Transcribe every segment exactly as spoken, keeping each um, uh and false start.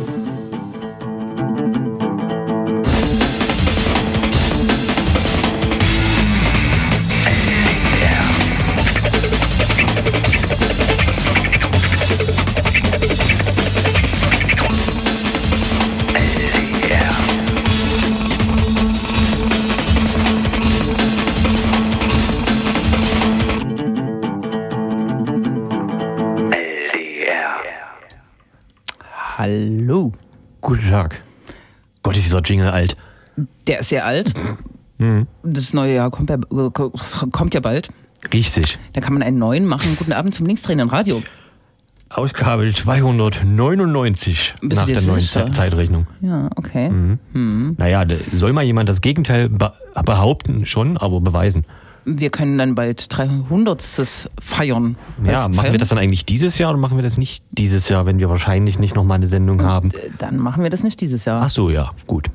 Hallo. Guten Tag. Gott, ist dieser Jingle alt. Der ist sehr alt. Mhm. Das neue Jahr kommt ja, kommt ja bald. Richtig. Da kann man einen neuen machen. Guten Abend zum linksdrehenden Radio. Ausgabe zweihundertneunundneunzig Bist nach du dir der neuen sicher? Ze- Zeitrechnung. Ja, okay. Mhm. Mhm. Naja, da soll mal jemand das Gegenteil be- behaupten, schon, aber beweisen. Wir können dann bald dreihundertstes feiern. Ja, Äh, machen feiern? wir das dann eigentlich dieses Jahr oder machen wir das nicht dieses Jahr, wenn wir wahrscheinlich nicht nochmal eine Sendung haben? Dann machen wir das nicht dieses Jahr. Ach so, ja, gut.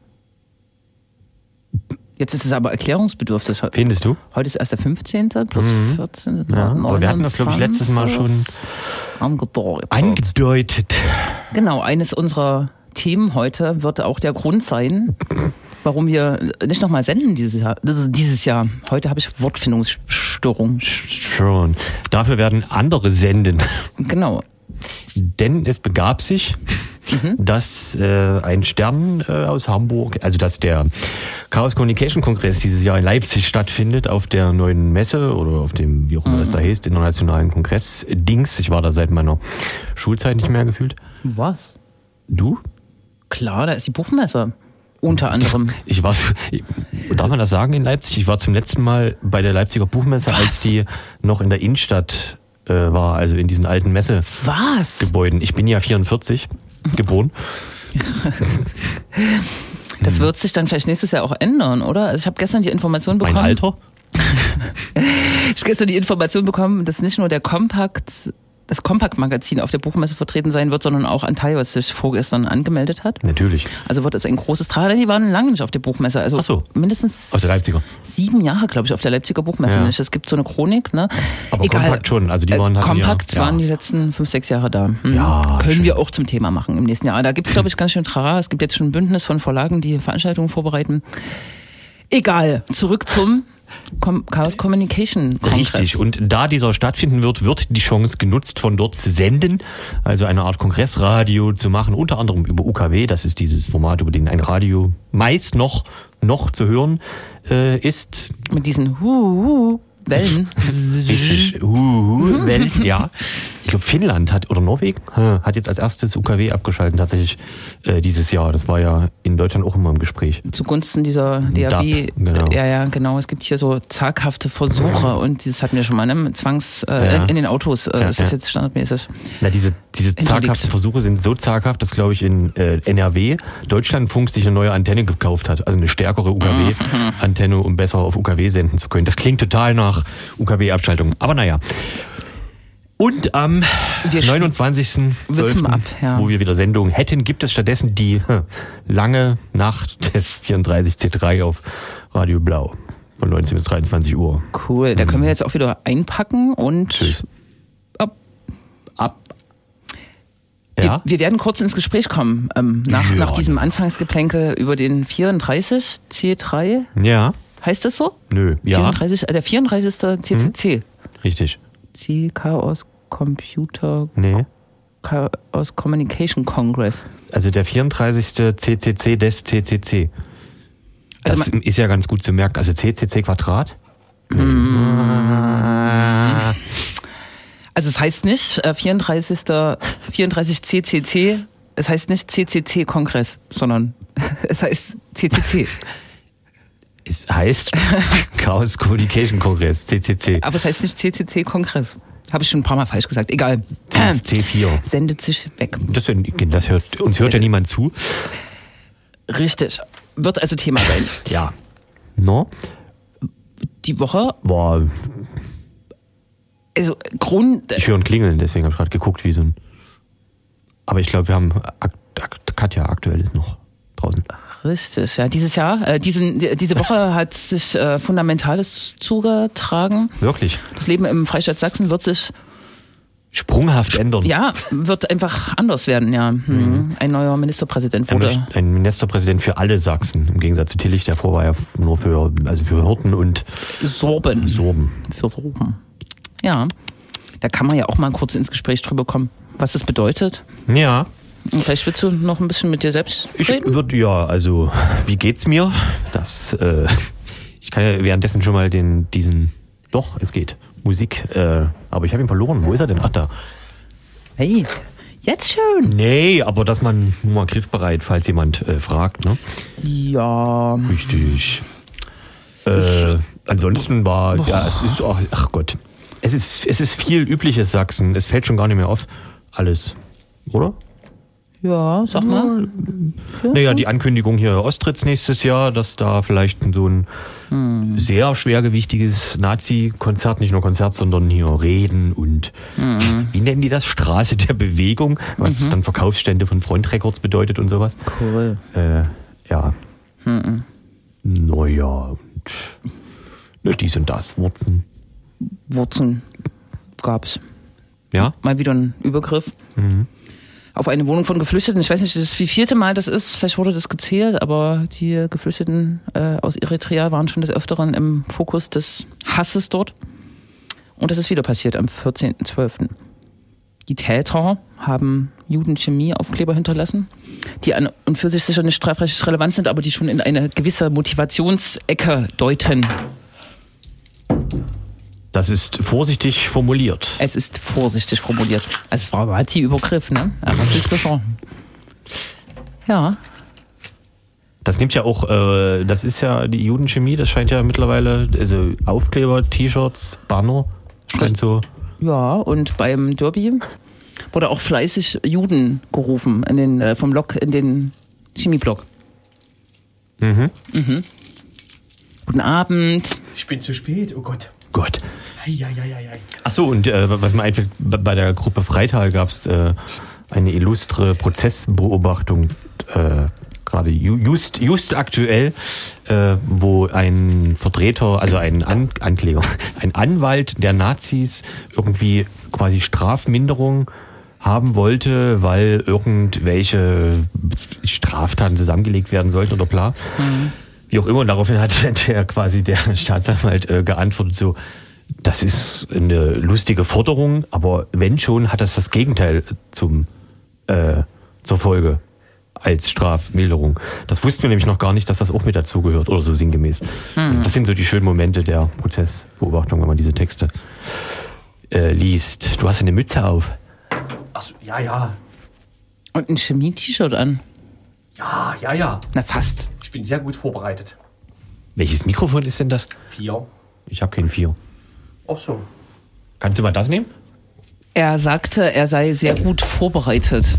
Jetzt ist es aber erklärungsbedürftig. Findest du? Heute ist erst der fünfzehnte plus Mhm. vierzehnte Ja, aber wir hatten das, glaube ich, letztes Mal schon angedeutet. angedeutet. Genau, eines unserer Themen heute wird auch der Grund sein, warum wir nicht nochmal senden dieses Jahr. Das ist dieses Jahr. Heute habe ich Wortfindungsstörung. Schon. Dafür werden andere senden. Genau. Denn es begab sich, mhm. dass äh, ein Stern äh, aus Hamburg, also dass der Chaos Communication Kongress dieses Jahr in Leipzig stattfindet, auf der neuen Messe oder auf dem, wie auch immer mhm. das da heißt, internationalen Kongress-Dings. Ich war da seit meiner Schulzeit nicht mehr gefühlt. Was? Du? Klar, da ist die Buchmesse. Unter anderem. Ich war, darf man das sagen in Leipzig? Ich war zum letzten Mal bei der Leipziger Buchmesse, Was? als die noch in der Innenstadt äh, war, also in diesen alten Messegebäuden. Ich bin ja vierundvierzig geboren. Das wird sich dann vielleicht nächstes Jahr auch ändern, oder? Also ich habe gestern die Information bekommen. Mein Alter? Ich habe gestern die Information bekommen, dass nicht nur der Kompakt, das Kompakt-Magazin auf der Buchmesse vertreten sein wird, sondern auch Antaios sich vorgestern angemeldet hat. Natürlich. Also wird es ein großes Trara. Die waren lange nicht auf der Buchmesse. Also Ach so. mindestens aus der Leipziger. sieben Jahre, glaube ich, auf der Leipziger Buchmesse ja. nicht. Es gibt so eine Chronik. Ne? Aber Egal. Kompakt schon. Also die waren äh, Kompakt ja, waren ja. die letzten fünf, sechs Jahre da. Hm. Ja, Können schön. wir auch zum Thema machen im nächsten Jahr. Da gibt es, glaube ich, ganz schön Trara. Es gibt jetzt schon ein Bündnis von Verlagen, die Veranstaltungen vorbereiten. Egal. Zurück zum Com- Chaos Communication Kongress. Richtig. Und da dieser stattfinden wird, wird die Chance genutzt, von dort zu senden. Also eine Art Kongressradio zu machen, unter anderem über U K W. Das ist dieses Format, über den ein Radio meist noch, noch zu hören äh, ist. Mit diesen Hu-Hu Wellen. Richtig. Hu-Hu Wellen, ja. Ich glaube, Finnland hat, oder Norwegen, hat jetzt als erstes U K W abgeschaltet, tatsächlich äh, dieses Jahr. Das war ja in Deutschland auch immer im Gespräch. Zugunsten dieser D A B. D A B, genau. Ja, ja, genau. Es gibt hier so zaghafte Versuche und das hatten wir schon mal, ne? Mit Zwangs, äh, Ja. in den Autos äh, Ja, ist das ja. jetzt standardmäßig. Na, diese, diese Hinterlegt. zaghaften Versuche sind so zaghaft, dass, glaube ich, in äh, N R W Deutschlandfunk sich eine neue Antenne gekauft hat. Also eine stärkere U K W-Antenne, um besser auf U K W senden zu können. Das klingt total nach U K W-Abschaltung. Aber naja. Und am Wir neunundzwanzigsten zwölften ab, ja. wo wir wieder Sendungen hätten, gibt es stattdessen die hm, lange Nacht des vierunddreißig C drei auf Radio Blau von neunzehn bis dreiundzwanzig Uhr. Cool. Da können wir jetzt auch wieder einpacken und Tschüss. ab. Ab. Wir, Ja? wir werden kurz ins Gespräch kommen, ähm, nach, Ja, nach diesem ja. Anfangsgeplänkel über den vierunddreißig C drei. Ja. Heißt das so? Nö. Ja. vierunddreißig, äh, der vierunddreißigste C C C. Richtig. C Chaos Computer Nee. Chaos Communication Congress. Also der vierunddreißigste C C C des C C C. Das Also ist ja ganz gut zu merken. Also C C C Quadrat. Also es heißt nicht äh, vierunddreißigste vierunddreißig C C C, es heißt nicht C C C Kongress, sondern es heißt C C C. Es heißt Chaos Communication Kongress, C C C. Aber es heißt nicht C C C Kongress. Habe ich schon ein paar Mal falsch gesagt. Egal. C vier. Sendet sich weg. Das, das hört, uns hört ja niemand zu. Richtig. Wird also Thema sein. Ja. No? Die Woche, Boah, also Grund... ich höre ein Klingeln, deswegen habe ich gerade geguckt, wie so ein... Aber ich glaube, wir haben Akt, Akt, Katja aktuell ist noch draußen. Richtig, ja. Dieses Jahr, äh, diesen, die, diese Woche hat sich äh, Fundamentales zugetragen. Wirklich? Das Leben im Freistaat Sachsen wird sich sprunghaft ändern. Ja, wird einfach anders werden, ja. Hm. Mhm. Ein neuer Ministerpräsident wurde. Ein, ein Ministerpräsident für alle Sachsen, im Gegensatz zu Tillich, der vorher war ja nur für, also für Hirten und Sorben. Sorben. Für Sorben. Ja, da kann man ja auch mal kurz ins Gespräch drüber kommen, was das bedeutet. Ja. Und vielleicht willst du noch ein bisschen mit dir selbst reden? Ich würde, ja, also, wie geht's mir? Das, äh, ich kann ja währenddessen schon mal den, diesen, doch, es geht, Musik, äh, aber ich habe ihn verloren. Wo ist er denn? Ach, da. Hey, jetzt schon? Nee, aber dass man nur mal griffbereit, falls jemand äh, fragt, ne? Ja. Richtig. Äh, ansonsten war, Boah. ja, es ist, ach, ach Gott, es ist, es ist viel übliches Sachsen. Es fällt schon gar nicht mehr auf. Alles, oder? Ja, sag mal. Ja. Naja, die Ankündigung hier Ostritz nächstes Jahr, dass da vielleicht so ein hm. sehr schwergewichtiges Nazi-Konzert, nicht nur Konzert, sondern hier Reden und hm. wie nennen die das? Straße der Bewegung, was mhm. dann Verkaufsstände von Front Records bedeutet und sowas. Cool. Äh, ja. Mhm. Naja, und ne, dies und das, Wurzen. Wurzeln gab's. Ja? Mal wieder ein Übergriff. Mhm. Auf eine Wohnung von Geflüchteten. Ich weiß nicht, das wie vierte Mal das ist, vielleicht wurde das gezählt, aber die Geflüchteten äh, aus Eritrea waren schon des Öfteren im Fokus des Hasses dort. Und das ist wieder passiert am vierzehnten zwölften Die Täter haben Judenchemie-Aufkleber hinterlassen, die an und für sich sicher nicht strafrechtlich relevant sind, aber die schon in eine gewisse Motivationsecke deuten. Das ist vorsichtig formuliert. Es ist vorsichtig formuliert. Es war Nazi-Übergriff, ne? Aber das ist so schon. Ja. Das nimmt ja auch, äh, das ist ja die Judenchemie, das scheint ja mittlerweile, also Aufkleber, T-Shirts, Banner, scheint so. Ja, und beim Derby wurde auch fleißig Juden gerufen in den, äh, vom Lok in den Chemieblock. Mhm. Mhm. Guten Abend. Ich bin zu spät, oh Gott. Gott. Eieieiei. Achso, und äh, was mir einfällt, bei der Gruppe Freital gab es äh, eine illustre Prozessbeobachtung, äh, gerade just, just aktuell, äh, wo ein Vertreter, also ein An- Ankläger, ein Anwalt der Nazis irgendwie quasi Strafminderung haben wollte, weil irgendwelche Straftaten zusammengelegt werden sollten oder bla. Mhm. Wie auch immer, und daraufhin hat der quasi der Staatsanwalt äh, geantwortet so, das ist eine lustige Forderung, aber wenn schon, hat das das Gegenteil zum, äh, zur Folge als Strafmilderung. Das wussten wir nämlich noch gar nicht, dass das auch mit dazugehört oder so sinngemäß. Mhm. Das sind so die schönen Momente der Prozessbeobachtung, wenn man diese Texte äh, liest. Du hast eine Mütze auf. Achso, ja, ja. Und ein Chemie-T-Shirt an. Ja, ja, ja. Na fast. Ich bin sehr gut vorbereitet. Welches Mikrofon ist denn das? Vier. Ich habe kein Vier. Ach so. Kannst du mal das nehmen? Er sagte, er sei sehr gut vorbereitet.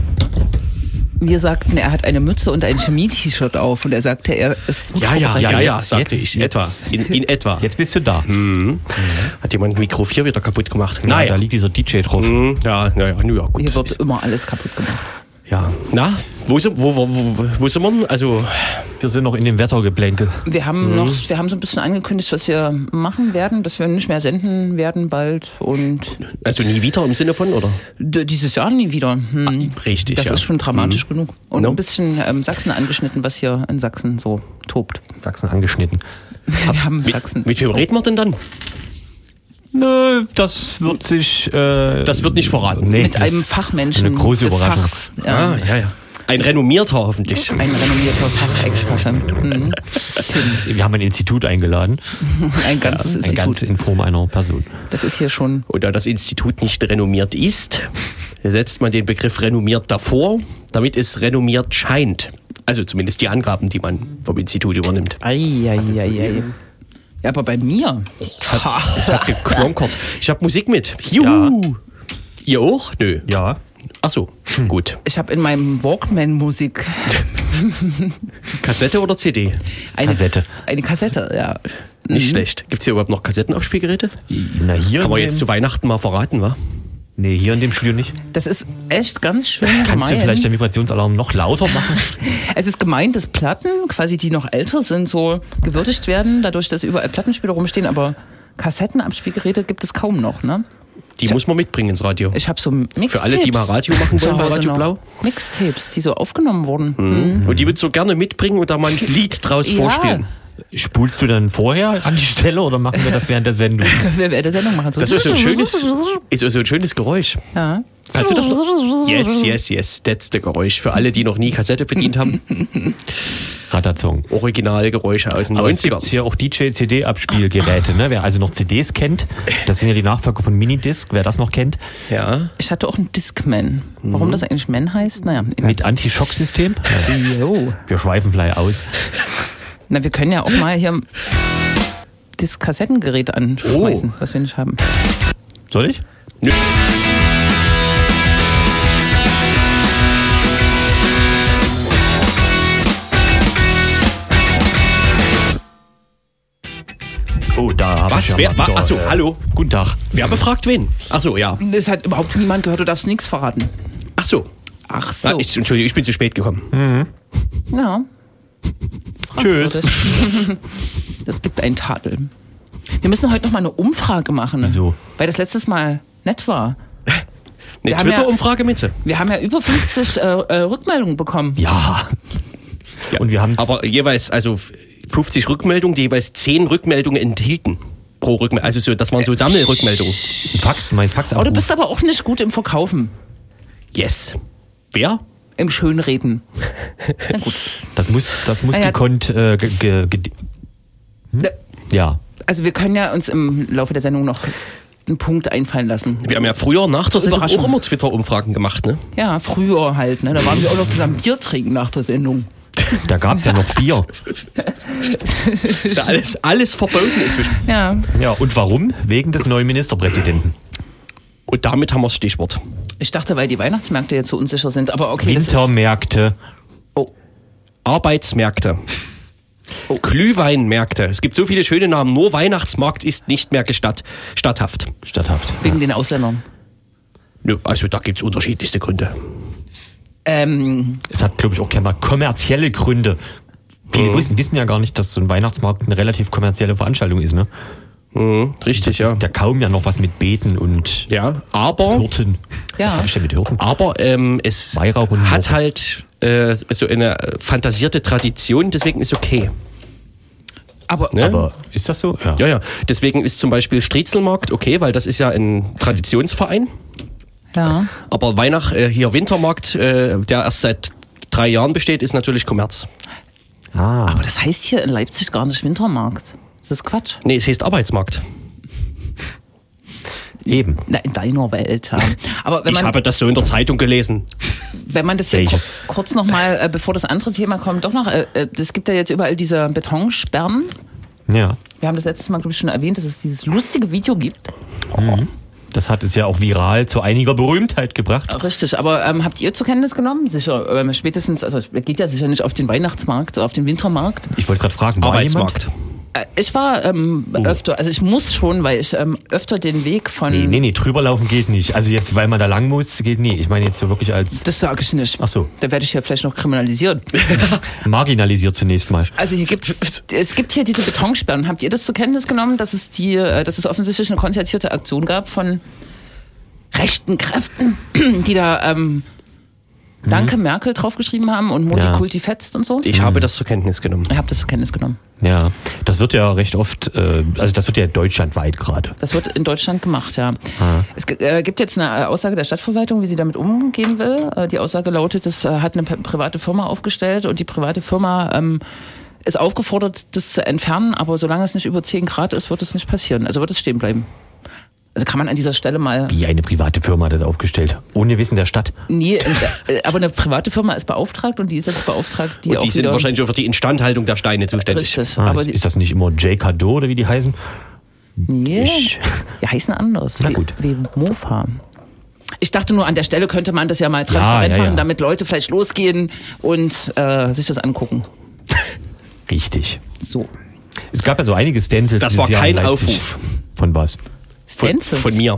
Wir sagten, er hat eine Mütze und ein Chemie-T-Shirt auf und er sagte, er ist gut ja, vorbereitet. Ja, ja, ja, jetzt, sagte jetzt, ich. jetzt, Etwa. In, in etwa. Jetzt bist du da. Mhm. Mhm. Hat jemand Mikro vier wieder kaputt gemacht? Ja, naja. Da liegt dieser D J drauf. Mhm. Ja, naja, ja, ja, gut. Hier wird immer alles kaputt gemacht. Ja, na, wo sind, wo, wo, wo, wo sind wir? Also, wir sind noch in dem Wettergeplänkel. Wir haben mhm. noch, wir haben so ein bisschen angekündigt, was wir machen werden, dass wir nicht mehr senden werden bald und. Also nie wieder im Sinne von, oder? D- dieses Jahr nie wieder. Hm. Ach, richtig, Das ja. ist schon dramatisch mhm. genug. Und no. ein bisschen ähm, Sachsen angeschnitten, was hier in Sachsen so tobt. Sachsen angeschnitten. Wir haben mit, Sachsen. Mit wem reden wir denn dann? Nö, das wird sich... Äh, das wird nicht verraten. Nee, mit einem Fachmenschen eine große des Überraschung. Fachs. Ja. Ah, ja, ja. Ein renommierter hoffentlich. Ein renommierter Fachexperte. Mhm. Tim. Wir haben ein Institut eingeladen. Ein ganzes ja, Institut. Ein ganz in Form einer Person. Das ist hier schon... Und da das Institut nicht renommiert ist, setzt man den Begriff renommiert davor, damit es renommiert scheint. Also zumindest die Angaben, die man vom Institut übernimmt. Eieieiei. Ja, aber bei mir. Es hat, es hat geklonkert. Ich habe Musik mit. Juhu. Ja. Ihr auch? Nö. Ja. Ach so, hm. gut. Ich habe in meinem Walkman Musik. Kassette oder C D? Eine Kassette. Eine Kassette, ja. Nicht mhm. schlecht. Gibt es hier überhaupt noch Kassettenabspielgeräte? Na, hier. Kann man jetzt zu Weihnachten mal verraten, wa? Nee, hier in dem Studio nicht. Das ist echt ganz schön Kannst gemein. du vielleicht den Vibrationsalarm noch lauter machen? Es ist gemeint, dass Platten, quasi die noch älter sind, so gewürdigt werden, dadurch, dass überall Plattenspieler rumstehen, aber Kassettenabspielgeräte gibt es kaum noch, ne? Die ich muss man mitbringen ins Radio. Ich habe so Mixtapes. Für alle, die mal Radio machen wollen bei Radio Blau. Mixtapes, die so aufgenommen wurden. Mhm. Mhm. Und die würdest du gerne mitbringen und da mal ein Lied draus ja. vorspielen. Spulst du dann vorher an die Stelle oder machen wir das während der Sendung? Das können wir während der Sendung machen. So. Das ist so ein schönes, ist so ein schönes Geräusch. Ja. Kannst du das noch? Yes, yes, yes. That's the Geräusch. Für alle, die noch nie Kassette bedient haben. Ratatong. Originalgeräusche aus den Aber neunzigern. Es gibt hier auch D J-C D-Abspielgeräte. Ne? Wer also noch C Ds kennt, das sind ja die Nachfolger von Minidisc, wer das noch kennt. Ja. Ich hatte auch einen Discman. Warum mhm. das eigentlich Man heißt? Naja. Mit Anti-Schock-System. Jo. Wir schweifen gleich aus. Na, wir können ja auch mal hier das Kassettengerät anschmeißen, oh. was wir nicht haben. Soll ich? Nö. Oh, da habe ich Was? Wer? Wieder, Achso, äh, hallo. Guten Tag. Wer befragt wen? Achso, ja. Das hat überhaupt niemand gehört, du darfst nichts verraten. Achso. Ach so. Ah, ich, Entschuldigung, ich bin zu spät gekommen. Mhm. Ja. Tschüss. Das gibt einen Tadel. Wir müssen heute noch mal eine Umfrage machen. Ne? Wieso? Weil das letztes Mal nett war. Eine Twitter-Umfrage mit sie. Wir haben ja über fünfzig äh, äh, Rückmeldungen bekommen. Ja. ja. Und wir haben aber jeweils, also fünfzig Rückmeldungen, die jeweils zehn Rückmeldungen enthielten. Pro Rückmeldung. Also so, das waren so Sammelrückmeldungen. Fax, mein Fax. Oh, du bist aber auch nicht gut im Verkaufen. Yes. Wer? Im Schönreden. Na gut. Das muss, das muss ja, gekonnt. Äh, ge, ge, ge, hm? Ja. Also wir können ja uns im Laufe der Sendung noch einen Punkt einfallen lassen. Wir haben ja früher nach der Sendung auch immer Twitter-Umfragen gemacht, ne? Ja, früher halt. Ne? Da waren wir auch noch zusammen Bier trinken nach der Sendung. Da gab es ja noch Bier. Ist ja alles, alles verboten inzwischen. Ja. Ja, und warum? Wegen des neuen Ministerpräsidenten. Und damit haben wir das Stichwort. Ich dachte, weil die Weihnachtsmärkte jetzt so unsicher sind, aber okay. Wintermärkte. Oh. Arbeitsmärkte. Oh. Glühweinmärkte. Es gibt so viele schöne Namen. Nur Weihnachtsmarkt ist nicht mehr gestatt, statthaft. Statthaft. Wegen ja. den Ausländern. Ja, also da gibt es unterschiedlichste Gründe. Ähm. Es hat, glaube ich, auch keine kommerzielle Gründe. Viele mhm. wissen, wissen ja gar nicht, dass so ein Weihnachtsmarkt eine relativ kommerzielle Veranstaltung ist, ne? Mhm, richtig, das ja. Ist ja kaum ja noch was mit Beten und ja, aber Hirten. Ja. Was habe ich denn mit Hirten? Aber ähm, es Weihrauch und hat halt äh, so eine fantasierte Tradition, deswegen ist okay. Aber, ne? aber ist das so? Ja. ja, ja. Deswegen ist zum Beispiel Striezelmarkt okay, weil das ist ja ein Traditionsverein. Ja. Aber Weihnacht, äh, hier Wintermarkt, äh, der erst seit drei Jahren besteht, ist natürlich Kommerz. Ah. Aber das heißt hier in Leipzig gar nicht Wintermarkt. Das ist Quatsch. Nee, es heißt Arbeitsmarkt. Eben. Na, in deiner Welt. Ja. Aber wenn man, ich habe das so in der Zeitung gelesen. Wenn man das hier ku- kurz noch mal, äh, bevor das andere Thema kommt, doch noch, äh, es gibt ja jetzt überall diese Betonsperren. Ja. Wir haben das letztes Mal, glaube ich, schon erwähnt, dass es dieses lustige Video gibt. Mhm. Das hat es ja auch viral zu einiger Berühmtheit gebracht. Richtig, aber ähm, habt ihr zur Kenntnis genommen? Sicher, ähm, spätestens, also es geht ja sicher nicht auf den Weihnachtsmarkt, auf den Wintermarkt. Ich wollte gerade fragen, war Arbeitsmarkt. jemand? Ich war ähm, oh. öfter, also ich muss schon, weil ich ähm, öfter den Weg von... Nee, nee, nee, drüberlaufen geht nicht. Also jetzt, weil man da lang muss, geht nie. Ich meine jetzt so wirklich als... Das sage ich nicht. Ach so. Da werde ich ja vielleicht noch kriminalisiert. Marginalisiert zunächst mal. Also hier gibt's, es gibt hier diese Betonsperren. Habt ihr das zur Kenntnis genommen, dass es die, dass es offensichtlich eine konzertierte Aktion gab von rechten Kräften, die da ähm, Danke mhm. Merkel draufgeschrieben haben und Modi ja. Kulti fetzt und so? Ich mhm. habe das zur Kenntnis genommen. Ich habe das zur Kenntnis genommen. Ja, das wird ja recht oft, äh, also das wird ja deutschlandweit gerade. Das wird in Deutschland gemacht, ja. Ah. Es äh, gibt jetzt eine Aussage der Stadtverwaltung, wie sie damit umgehen will. Äh, die Aussage lautet, es äh, hat eine private Firma aufgestellt und die private Firma ähm, ist aufgefordert, das zu entfernen, aber solange es nicht über zehn Grad ist, wird es nicht passieren. Also wird es stehen bleiben. Also kann man an dieser Stelle mal... Wie eine private Firma hat das aufgestellt? Ohne Wissen der Stadt? Nee, aber eine private Firma ist beauftragt und die ist jetzt beauftragt, die und auch die sind wahrscheinlich auch für die Instandhaltung der Steine zuständig. Richtig. Ah, aber ist, ist das nicht immer J. Cadeau oder wie die heißen? Nee, ich. die heißen anders. Na gut. Wie, wie Mofa. Ich dachte nur, an der Stelle könnte man das ja mal transparent ja, ja, machen, ja. damit Leute vielleicht losgehen und äh, sich das angucken. Richtig. So. Es gab ja so einige Stencils. Das war Jahr kein in Leipzig. Aufruf. Von was? Von, von mir.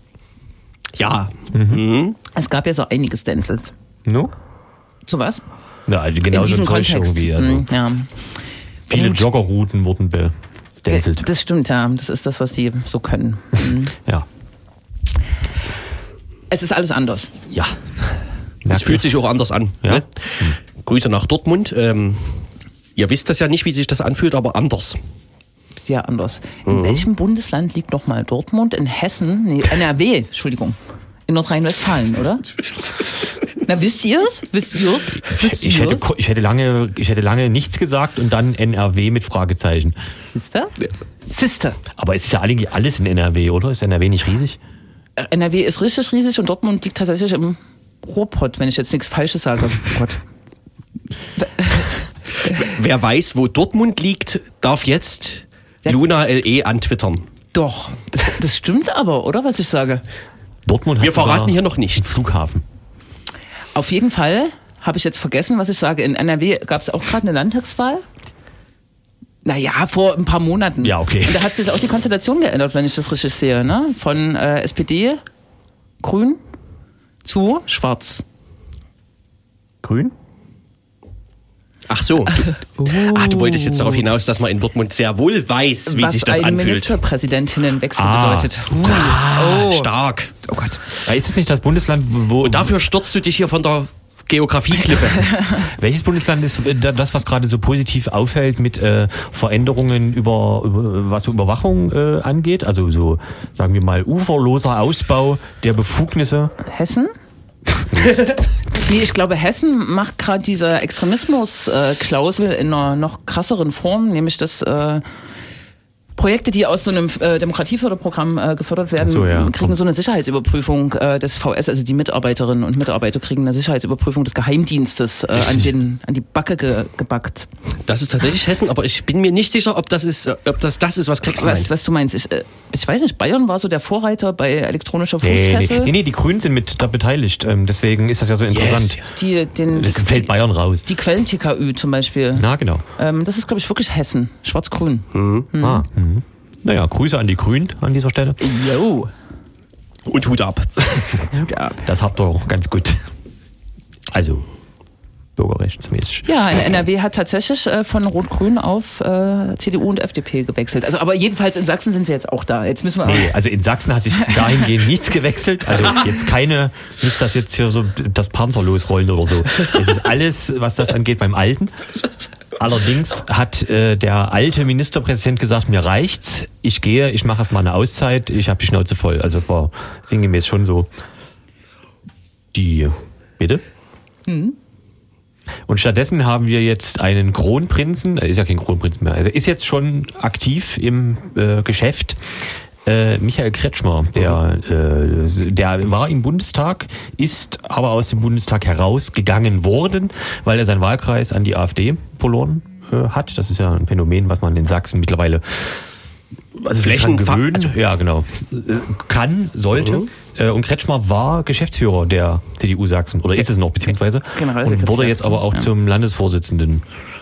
Ja. Mhm. Mhm. Es gab ja so einige Stencils. No? Zu was? Ja, also genau so ein Zeug irgendwie. Also mhm, ja. Viele Und Joggerrouten wurden bestencelt. Das stimmt, ja. Das ist das, was sie so können. Mhm. Ja. Es ist alles anders. Ja. Es fühlt sich auch anders an. Ja. Ne? Grüße nach Dortmund. Ähm, ihr wisst das ja nicht, wie sich das anfühlt, aber anders. Sehr anders. In mhm. welchem Bundesland liegt nochmal Dortmund? In Hessen? Nee, N R W, Entschuldigung. In Nordrhein-Westfalen, oder? Na, wisst ihr es? Wisst ihr es? Ich hätte, ich, hätte lange, ich hätte lange nichts gesagt und dann N R W mit Fragezeichen. Sister? Sister. Aber es ist ja eigentlich alles in N R W, oder? Ist N R W nicht riesig? N R W ist richtig riesig und Dortmund liegt tatsächlich im Ruhrpott, wenn ich jetzt nichts Falsches sage. Oh Gott. Wer weiß, wo Dortmund liegt, darf jetzt Luna L E antwittern. Doch, das, das stimmt aber, oder, was ich sage? Dortmund hat Wir verraten hier noch nicht. Flughafen. Auf jeden Fall habe ich jetzt vergessen, was ich sage. In N R W gab es auch gerade eine Landtagswahl. Naja, vor ein paar Monaten. Ja, okay. Und da hat sich auch die Konstellation geändert, wenn ich das richtig sehe. Ne? Von äh, S P D, Grün zu Schwarz. Grün? Ach so. Du, uh. ach, du wolltest jetzt darauf hinaus, dass man in Dortmund sehr wohl weiß, wie was sich das ein anfühlt. Ministerpräsidentinnenwechsel ah. bedeutet. Oh Gott. Oh. Stark. Oh Gott. Ja, ist es nicht das Bundesland, wo... Und dafür stürzt du dich hier von der Geografieklippe. Welches Bundesland ist das, was gerade so positiv auffällt mit äh, Veränderungen über, über was so Überwachung äh, angeht? Also so, sagen wir mal, uferloser Ausbau der Befugnisse? Hessen? Nee, ich glaube, Hessen macht gerade diese Extremismus-Klausel in einer noch krasseren Form, nämlich dass äh, Projekte, die aus so einem äh, Demokratieförderprogramm äh, gefördert werden, so, ja. kriegen so eine Sicherheitsüberprüfung äh, des V S, also die Mitarbeiterinnen und Mitarbeiter kriegen eine Sicherheitsüberprüfung des Geheimdienstes äh, an, den, an die Backe ge, gebackt. Das ist tatsächlich Hessen, aber ich bin mir nicht sicher, ob das ist, ob das, das ist, was Krex meint. Was, was du meinst, ich, äh, ich weiß nicht, Bayern war so der Vorreiter bei elektronischer Fußfessel. Nee, nee, nee, die Grünen sind mit da beteiligt, ähm, deswegen ist das ja so interessant. Yes. Die, den, das die, fällt Bayern raus. Die Quellen-T K Ü zum Beispiel. Na, genau. Ähm, das ist, glaube ich, wirklich Hessen. Schwarz-Grün. Mhm. Mhm. Ah, mhm. Naja, Grüße an die Grünen an dieser Stelle. Jo. Und Hut ab. Hut ab. Das habt ihr auch ganz gut. Also, bürgerrechtsmäßig. Ja, in N R W hat tatsächlich äh, von Rot-Grün auf äh, C D U und F D P gewechselt. Also, aber jedenfalls in Sachsen sind wir jetzt auch da. Jetzt müssen wir. Nee, also in Sachsen hat sich dahingehend nichts gewechselt. Also jetzt keine, nicht dass jetzt hier so das Panzer losrollen oder so. Es ist alles, was das angeht, beim Alten. Allerdings hat äh, der alte Ministerpräsident gesagt, mir reicht's, ich gehe, ich mache erstmal eine Auszeit, ich habe die Schnauze voll. Also das war sinngemäß schon so die, bitte? Mhm. Und stattdessen haben wir jetzt einen Kronprinzen, er ist ja kein Kronprinz mehr, er ist jetzt schon aktiv im äh, Geschäft, äh, Michael Kretschmer, der, äh, der war im Bundestag, ist aber aus dem Bundestag herausgegangen worden, weil er seinen Wahlkreis an die AfD verloren äh, hat. Das ist ja ein Phänomen, was man in Sachsen mittlerweile also Flächen gewöhnen, also ja genau, kann, sollte. Mhm. Und Kretschmer war Geschäftsführer der C D U Sachsen, oder ist es noch, beziehungsweise, und wurde jetzt aber auch ja. zum Landesvorsitzenden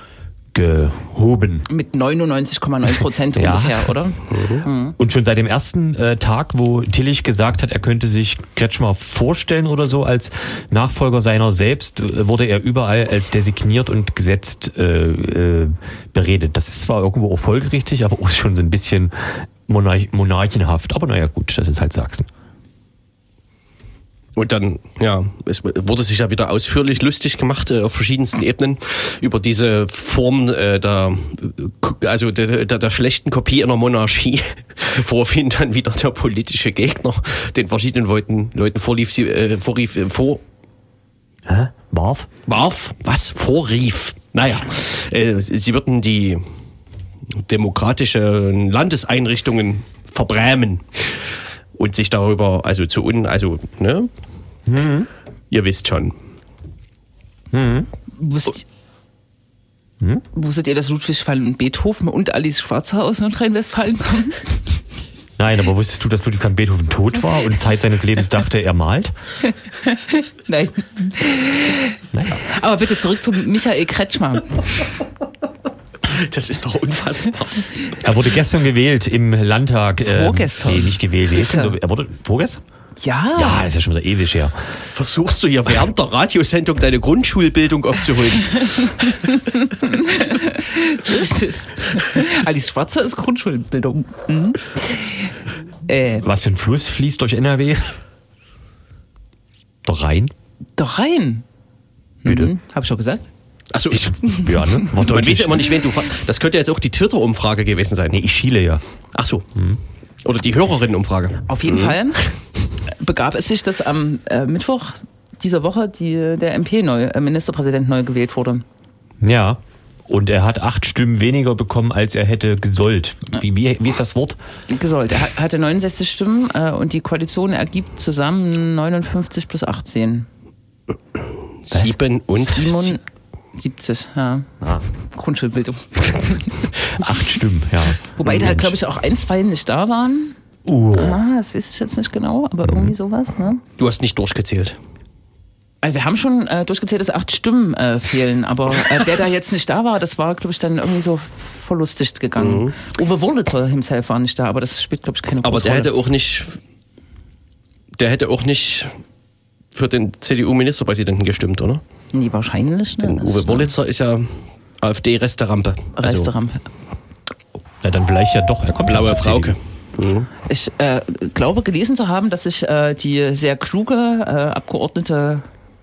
gehoben. Mit neunundneunzig Komma neun Prozent ja. ungefähr, oder? Mhm. Und schon seit dem ersten äh, Tag, wo Tillich gesagt hat, er könnte sich Kretschmer vorstellen oder so als Nachfolger seiner selbst, äh, wurde er überall als designiert und gesetzt äh, äh, beredet. Das ist zwar irgendwo auch folgerichtig, aber auch schon so ein bisschen monarch- monarchenhaft. Aber naja gut, das ist halt Sachsen. Und dann, ja, es wurde sich ja wieder ausführlich lustig gemacht äh, auf verschiedensten Ebenen über diese Form äh, der, also der, der, der schlechten Kopie einer Monarchie, woraufhin dann wieder der politische Gegner den verschiedenen Leuten, Leuten vorlief, sie, äh, vorrief, äh, vor... Hä? Warf? Warf? Was? Vorrief. Naja, äh, sie würden die demokratischen Landeseinrichtungen verbrämen. Und sich darüber, also zu un, also, ne? Mhm. Ihr wisst schon. Mhm. Wusst, hm? Wusstet ihr, dass Ludwig van Beethoven und Alice Schwarzer aus Nordrhein-Westfalen kommen? Nein, aber wusstest du, dass Ludwig van Beethoven tot war und Zeit seines Lebens dachte, er malt? Nein. Naja. Aber bitte zurück zu Michael Kretschmer. Das ist doch unfassbar. Er wurde gestern gewählt im Landtag. Vorgestern? Ähm, nee, nicht gewählt. So, er wurde vorgestern? Ja. Ja, das ist ja schon wieder ewig her. Versuchst du hier während der Radiosendung deine Grundschulbildung aufzuholen? Richtig. Alice Schwarzer ist Grundschulbildung. Mhm. Äh. Was für ein Fluss fließt durch N R W? Der Rhein? Der Rhein? Bitte. Mhm. Habe ich schon gesagt? Achso, Ich, ja, ne? man weiß ja immer nicht, wen du fragst. Das könnte jetzt auch die Twitter-Umfrage gewesen sein. Nee, ich schiele ja. Ach so. Oder die Hörerinnen-Umfrage. Auf jeden Mhm. Fall begab es sich, dass am äh, Mittwoch dieser Woche die, der M P neu, äh, Ministerpräsident neu gewählt wurde. Ja. Und er hat acht Stimmen weniger bekommen, als er hätte gesollt. Wie, wie, wie ist das Wort? Gesollt. Er hat- hatte neunundsechzig Stimmen äh, und die Koalition ergibt zusammen neunundfünfzig plus achtzehn. Sieben und siebenundsiebzig, ja. Ah. Grundschulbildung. Acht Stimmen, ja. Wobei da, glaube ich, auch ein, zwei nicht da waren. Uh. Ah, das weiß ich jetzt nicht genau, aber irgendwie sowas. Ne? Du hast nicht durchgezählt. Also wir haben schon äh, durchgezählt, dass acht Stimmen äh, fehlen, aber äh, wer da jetzt nicht da war, das war, glaube ich, dann irgendwie so verlustig gegangen. Mhm. Uwe Wurlitzer himself war nicht da, aber das spielt, glaube ich, keine große Aber der Rolle. hätte auch nicht, der hätte auch nicht für den C D U-Ministerpräsidenten gestimmt, oder? Nee, wahrscheinlich. Ne? Denn Uwe Wurlitzer ist ja AfD-Resterampe. Also Restaurant. Na, dann vielleicht ja doch. Er kommt blaue aus der C D U. Frauke. Mhm. Ich äh, glaube, gelesen zu haben, dass sich äh, die sehr kluge äh, Abgeordnete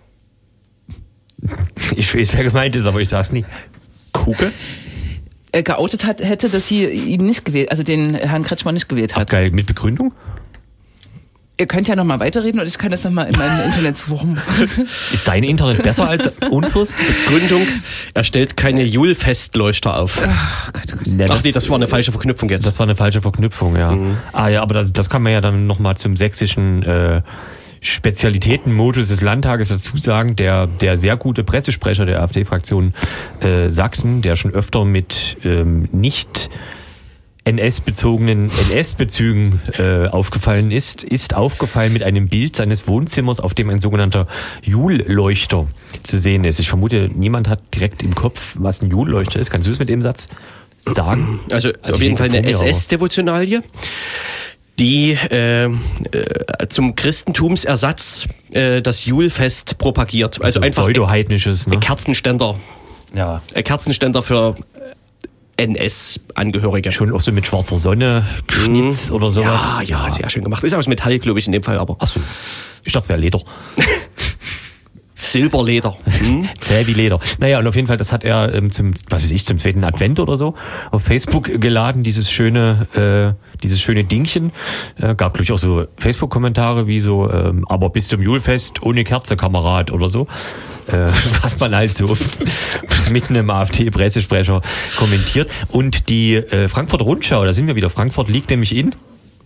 Ich weiß, wer gemeint ist, aber ich sag's nie. Kuke? äh, geoutet hat, hätte, dass sie ihn nicht gewählt, also den Herrn Kretschmann nicht gewählt Ach, hat. geil. Mit Begründung? Ihr könnt ja nochmal weiterreden und ich kann das nochmal in meinem Internet suchen. Ist dein Internet besser als unseres? Gründung, er stellt keine Julfestleuchter auf. Ach Gott, oh Gott. Ja, Ach nee, das war eine falsche Verknüpfung jetzt. Das war eine falsche Verknüpfung, ja. Mhm. Ah ja, aber das, das kann man ja dann nochmal zum sächsischen äh, Spezialitätenmodus des Landtages dazu sagen. Der, der sehr gute Pressesprecher der AfD-Fraktion äh, Sachsen, der schon öfter mit ähm, nicht N S-bezogenen N S-Bezügen äh, aufgefallen ist, ist aufgefallen mit einem Bild seines Wohnzimmers, auf dem ein sogenannter Julleuchter zu sehen ist. Ich vermute, niemand hat direkt im Kopf, was ein Julleuchter ist. Kannst du es mit dem Satz sagen? Also, Also auf ich jeden sehe Fall es eine vor mir, S S-Devotionalie, die äh, äh, zum Christentumsersatz äh, das Julfest propagiert. Also, Also einfach pseudo-heidnisches, ne? ein Kerzenständer, Ja. ein Kerzenständer für N S-Angehörige. Schon auch so mit schwarzer Sonne, Geschnitz oder sowas. Ja, ja, sehr schön gemacht. Ist aus Metall, glaube ich, in dem Fall, aber Achso, ich dachte, es wäre Leder. Silberleder. Hm? Zäh wie Leder. Naja, und auf jeden Fall, das hat er ähm, zum, was weiß ich, zum zweiten Advent oder so auf Facebook geladen, dieses schöne, äh, dieses schöne Dingchen. Äh, gab, glaube ich, auch so Facebook-Kommentare wie so, ähm, aber bis zum Julfest ohne Kerze, Kamerad oder so. Äh, was man halt so mit einem AfD-Pressesprecher kommentiert. Und die äh, Frankfurter Rundschau, da sind wir wieder, Frankfurt liegt nämlich in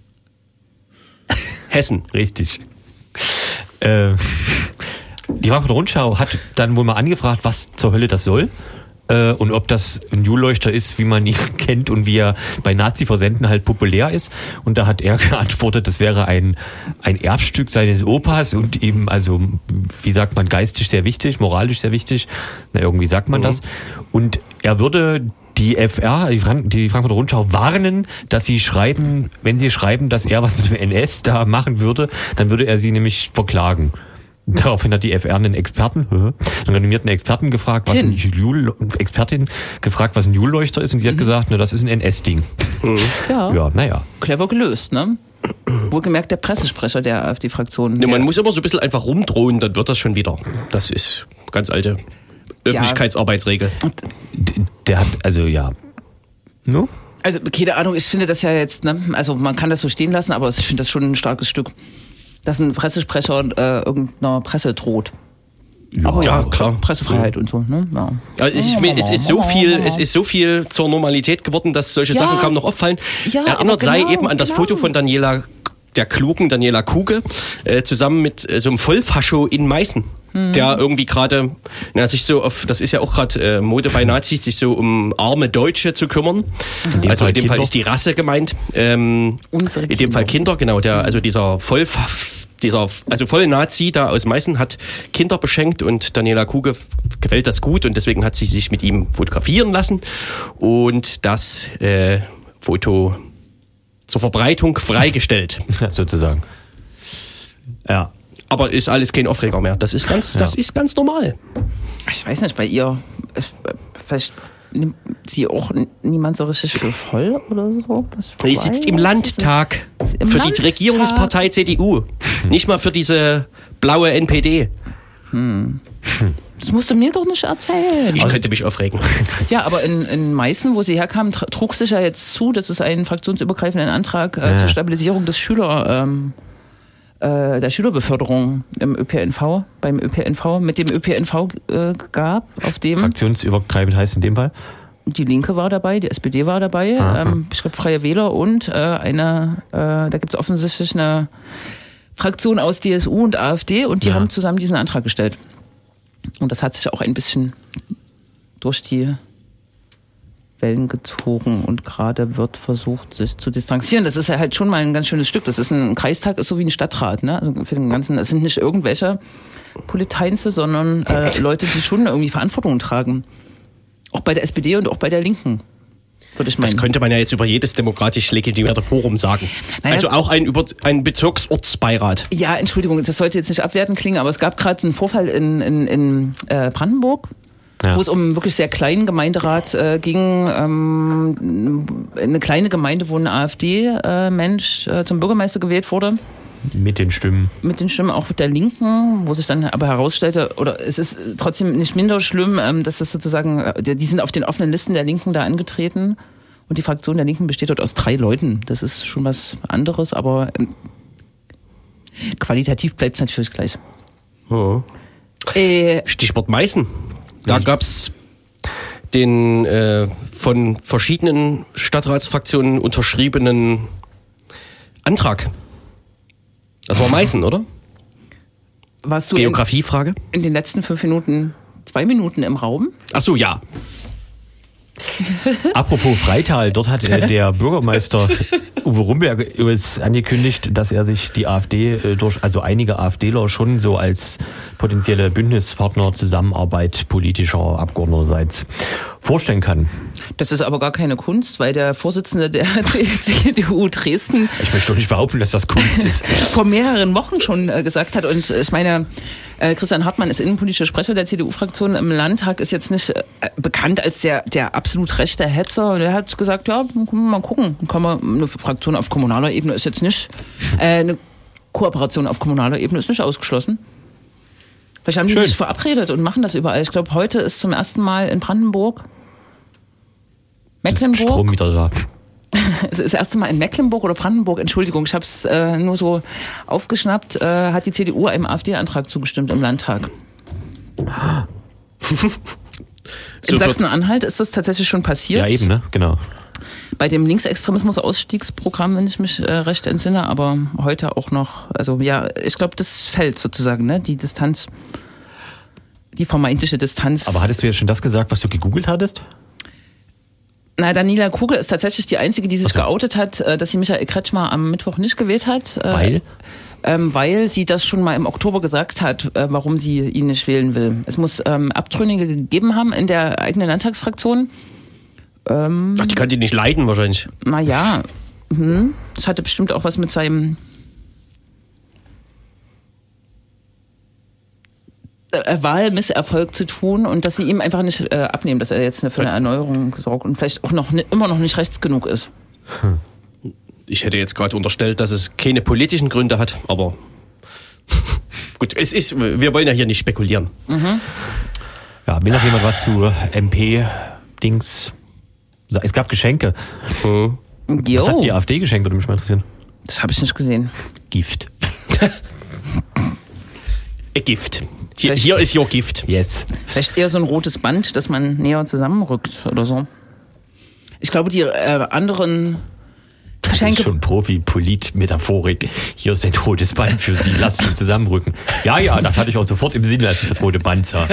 Hessen. Richtig. Äh, die Frankfurter Rundschau hat dann wohl mal angefragt, was zur Hölle das soll. Äh, und ob das ein Julleuchter ist, wie man ihn kennt und wie er bei Nazi-Versenden halt populär ist. Und da hat er geantwortet, das wäre ein, ein Erbstück seines Opas und ihm, also, wie sagt man, geistig sehr wichtig, moralisch sehr wichtig. Na, irgendwie sagt man Mhm. das. Und er würde die F R, die, Frank- die Frankfurter Rundschau, warnen, dass sie schreiben, wenn sie schreiben, dass er was mit dem N S da machen würde, dann würde er sie nämlich verklagen. Daraufhin hat die F R einen Experten, einen renommierten Experten gefragt, was ein Jul, Expertin gefragt, was ein Julleuchter ist, und sie hat gesagt, na, das ist ein N S-Ding. Ja, Ja, naja. clever gelöst, ne? Wohlgemerkt der Pressesprecher der AfD-Fraktion. Ne, der- man muss immer so ein bisschen einfach rumdrohen, dann wird das schon wieder. Das ist ganz alte Öffentlichkeitsarbeitsregel. D- Der hat, also ja. No? Also, keine Ahnung, ich finde das ja jetzt, ne? Also man kann das so stehen lassen, aber ich finde das schon ein starkes Stück, dass ein Pressesprecher äh, irgendeiner Presse droht. Aber ja, klar. Pressefreiheit und so, ne? Ja. Also ich, mir- es ist so viel, es ist so viel zur Normalität geworden, dass solche Ja. Sachen kaum noch auffallen. Ja, Erinnert aber sei genau, eben an das genau. Foto von Daniela, der klugen Daniela Kuge, äh, zusammen mit äh, so einem Vollfascho in Meißen. Mhm. Der irgendwie gerade, na, sich so auf, das ist ja auch gerade äh, Mode bei Nazis, sich so um arme Deutsche zu kümmern. In dem Also Fall in dem Fall Kinder. ist die Rasse gemeint. Ähm, Unsere in dem Fall Kinder. Kinder, genau. Der, also dieser Voll, dieser, also voll Nazi da aus Meißen hat Kinder beschenkt und Daniela Kuge gefällt das gut und deswegen hat sie sich mit ihm fotografieren lassen und das äh, Foto zur Verbreitung freigestellt. Sozusagen. Ja. Aber ist alles kein Aufreger mehr. Das ist ganz, das Ja. ist ganz normal. Ich weiß nicht, bei ihr, äh, vielleicht nimmt sie auch n- niemand so richtig für voll oder so. Das Sie sitzt im weiß ich Landtag nicht. Im für Landtag? die Regierungspartei C D U. Nicht mal für diese blaue N P D. Hm. Das musst du mir doch nicht erzählen. Ich könnte mich aufregen. Ja, aber in, in Meißen, wo sie herkamen, trug sich ja jetzt zu, dass es einen fraktionsübergreifenden Antrag äh, ja. zur Stabilisierung des Schüler, ähm, äh, der Schülerbeförderung im Ö P N V, beim Ö P N V, mit dem Ö P N V äh, gab, auf dem Fraktionsübergreifend heißt in dem Fall? Die Linke war dabei, die S P D war dabei, ähm, ich glaube Freie Wähler und äh, eine, äh, da gibt es offensichtlich eine Fraktion aus D S U und AfD und die ja. haben zusammen diesen Antrag gestellt. Und das hat sich auch ein bisschen durch die Wellen gezogen und gerade wird versucht, sich zu distanzieren. Das ist ja halt schon mal ein ganz schönes Stück. Das ist ein Kreistag, ist so wie ein Stadtrat, ne? Also für den ganzen, das sind nicht irgendwelche Politeinze, sondern äh, Leute, die schon irgendwie Verantwortung tragen. Auch bei der S P D und auch bei der Linken, würde ich meinen. Das könnte man ja jetzt über jedes demokratisch legitimierte Forum sagen. Naja, also auch ein, über, ein Bezirksortsbeirat. Ja, Entschuldigung, das sollte jetzt nicht abwertend klingen, aber es gab gerade einen Vorfall in, in, in äh, Brandenburg, ja. wo es um einen wirklich sehr kleinen Gemeinderat äh, ging. Ähm, eine kleine Gemeinde, wo ein AfD-Mensch äh, zum Bürgermeister gewählt wurde. Mit den Stimmen. Mit den Stimmen auch der Linken, wo sich dann aber herausstellte, oder es ist trotzdem nicht minder schlimm, ähm, dass das sozusagen, die sind auf den offenen Listen der Linken da angetreten und die Fraktion der Linken besteht dort aus drei Leuten. Das ist schon was anderes, aber ähm, qualitativ bleibt es natürlich gleich. Oh. Äh, Stichwort Meißen. Da gab es den äh, von verschiedenen Stadtratsfraktionen unterschriebenen Antrag. Das war Meißen, oder? Warst du Geografiefrage? In, in den letzten fünf Minuten, zwei Minuten im Raum? Ach so, ja. Apropos Freital, dort hat äh, der Bürgermeister Uwe Rumberg übrigens angekündigt, dass er sich die AfD äh, durch, also einige AfDler schon so als potenzielle Bündnispartner, Zusammenarbeit politischer Abgeordneterseits vorstellen kann. Das ist aber gar keine Kunst, weil der Vorsitzende der C D U Dresden... Ich möchte doch nicht behaupten, dass das Kunst ist. ...vor mehreren Wochen schon äh, gesagt hat und ich meine... Christian Hartmann ist innenpolitischer Sprecher der C D U-Fraktion im Landtag, ist jetzt nicht äh, bekannt als der, der absolut rechte Hetzer. Und er hat gesagt, ja, mal gucken. Kann man, eine Fraktion auf kommunaler Ebene ist jetzt nicht, äh, eine Kooperation auf kommunaler Ebene ist nicht ausgeschlossen. Vielleicht haben die Schön. sich verabredet und machen das überall. Ich glaube, heute ist zum ersten Mal in Brandenburg, Mecklenburg. Ist Strom wieder da. Das erste Mal in Mecklenburg oder Brandenburg, Entschuldigung, ich habe es äh, nur so aufgeschnappt, äh, hat die C D U einem AfD-Antrag zugestimmt im Landtag. In Sachsen-Anhalt ist das tatsächlich schon passiert. Ja, eben, ne? Genau. Bei dem Linksextremismus-Ausstiegsprogramm, wenn ich mich äh, recht entsinne, aber heute auch noch, also ja, ich glaube, das fällt sozusagen, ne? Die Distanz, die vermeintliche Distanz. Aber hattest du jetzt schon das gesagt, was du gegoogelt hattest? Na, Daniela Kugel ist tatsächlich die Einzige, die sich okay. geoutet hat, dass sie Michael Kretschmer am Mittwoch nicht gewählt hat. Weil? Ähm, weil sie das schon mal im Oktober gesagt hat, äh, warum sie ihn nicht wählen will. Es muss ähm, Abtrünnige gegeben haben in der eigenen Landtagsfraktion. Ähm, Ach, die kann die nicht leiden wahrscheinlich. Naja, hm, das hatte bestimmt auch was mit seinem Wahlmisserfolg zu tun und dass sie ihm einfach nicht äh, abnehmen, dass er jetzt für eine Erneuerung sorgt und vielleicht auch noch immer noch nicht rechts genug ist. Hm. Ich hätte jetzt gerade unterstellt, dass es keine politischen Gründe hat, aber gut, es ist, wir wollen ja hier nicht spekulieren. Mhm. Ja, will noch jemand was zu M P-Dings? Es gab Geschenke. Hm. Was hat die AfD geschenkt, würde mich mal interessieren? Das habe ich nicht gesehen. Gift. Gift. Hier, hier ist ja Gift. Yes. Vielleicht eher so ein rotes Band, das man näher zusammenrückt oder so. Ich glaube, die äh, anderen Das Geschenke... ist schon Profi-Polit-Metaphorik. Hier ist ein rotes Band für Sie. Lasst uns zusammenrücken. Ja, ja, das hatte ich auch sofort im Sinne, als ich das rote Band sah.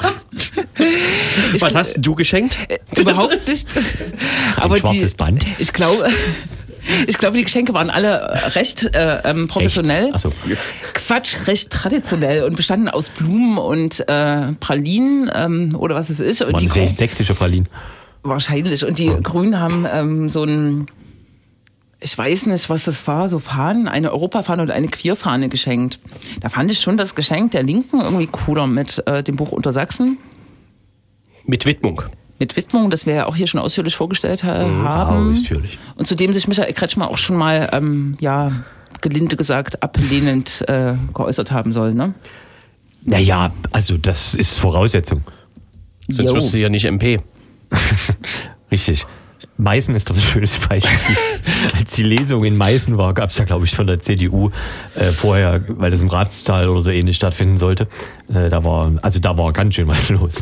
Was hast du geschenkt? Äh, überhaupt nicht. Aber ein schwarzes die, Band? Ich glaube... Ich glaube, die Geschenke waren alle recht äh, ähm, professionell. Ach so. Quatsch, recht traditionell und bestanden aus Blumen und äh, Pralinen ähm, oder was es ist. Und Mann, die Grün, sächsische Pralinen. Wahrscheinlich. Und die ja. Grünen haben ähm, so ein, ich weiß nicht, was das war, so Fahnen, eine Europafahne und eine Queerfahne geschenkt. Da fand ich schon das Geschenk der Linken irgendwie cooler mit äh, dem Buch Untersachsen. Mit Widmung. Mit Widmung, das wir ja auch hier schon ausführlich vorgestellt ha- haben. Ausführlich. Und zu dem sich Michael Kretschmer auch schon mal ähm, ja, gelinde gesagt, ablehnend äh, geäußert haben soll, ne? Naja, also das ist Voraussetzung. Sonst Jo. wirst du ja nicht M P. Richtig. Meißen ist das ein schönes Beispiel. Als die Lesung in Meißen war, gab es ja, glaube ich, von der C D U äh, vorher, weil das im Ratstal oder so ähnlich stattfinden sollte. Äh, da war, also da war ganz schön was los.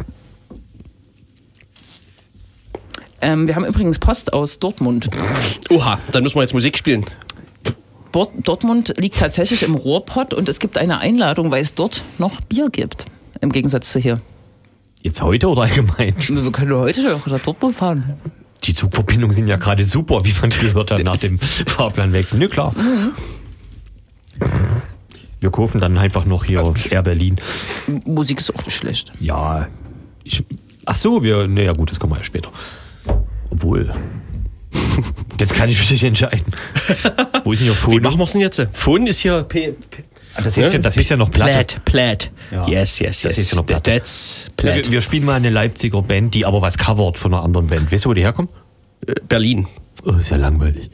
Ähm, wir haben übrigens Post aus Dortmund. Oha, dann müssen wir jetzt Musik spielen. Dort, Dortmund liegt tatsächlich im Rohrpott und es gibt eine Einladung, weil es dort noch Bier gibt. Im Gegensatz zu hier. Jetzt heute oder allgemein? Wir können heute noch nach Dortmund fahren. Die Zugverbindungen sind ja gerade super, wie man gehört hat nach dem Fahrplanwechsel. Ne, klar. Mhm. Wir kaufen dann einfach noch hier Air Berlin. Musik ist auch nicht schlecht. Ja, ich, ach so, wir, naja gut, das kommen wir ja später. Obwohl, jetzt kann ich mich nicht entscheiden. Wo ist denn hier Phone? Wie machen wir es denn jetzt? Phone ist hier... P- P- Das ist ja, das ist ja noch Platte. Plaid, Plaid. Ja. Yes, yes, yes. Das ist ja noch Platte. That's Plaid. Wir, wir spielen mal eine Leipziger Band, die aber was covert von einer anderen Band. Weißt du, wo die herkommen? Äh, Berlin. Oh, ist ja langweilig.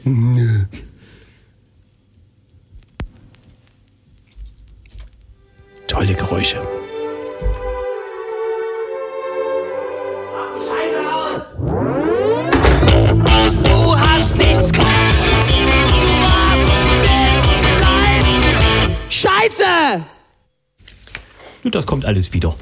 Tolle Geräusche. Du hast nichts gemacht. Du warst des Leid. Scheiße! Nur das kommt alles wieder.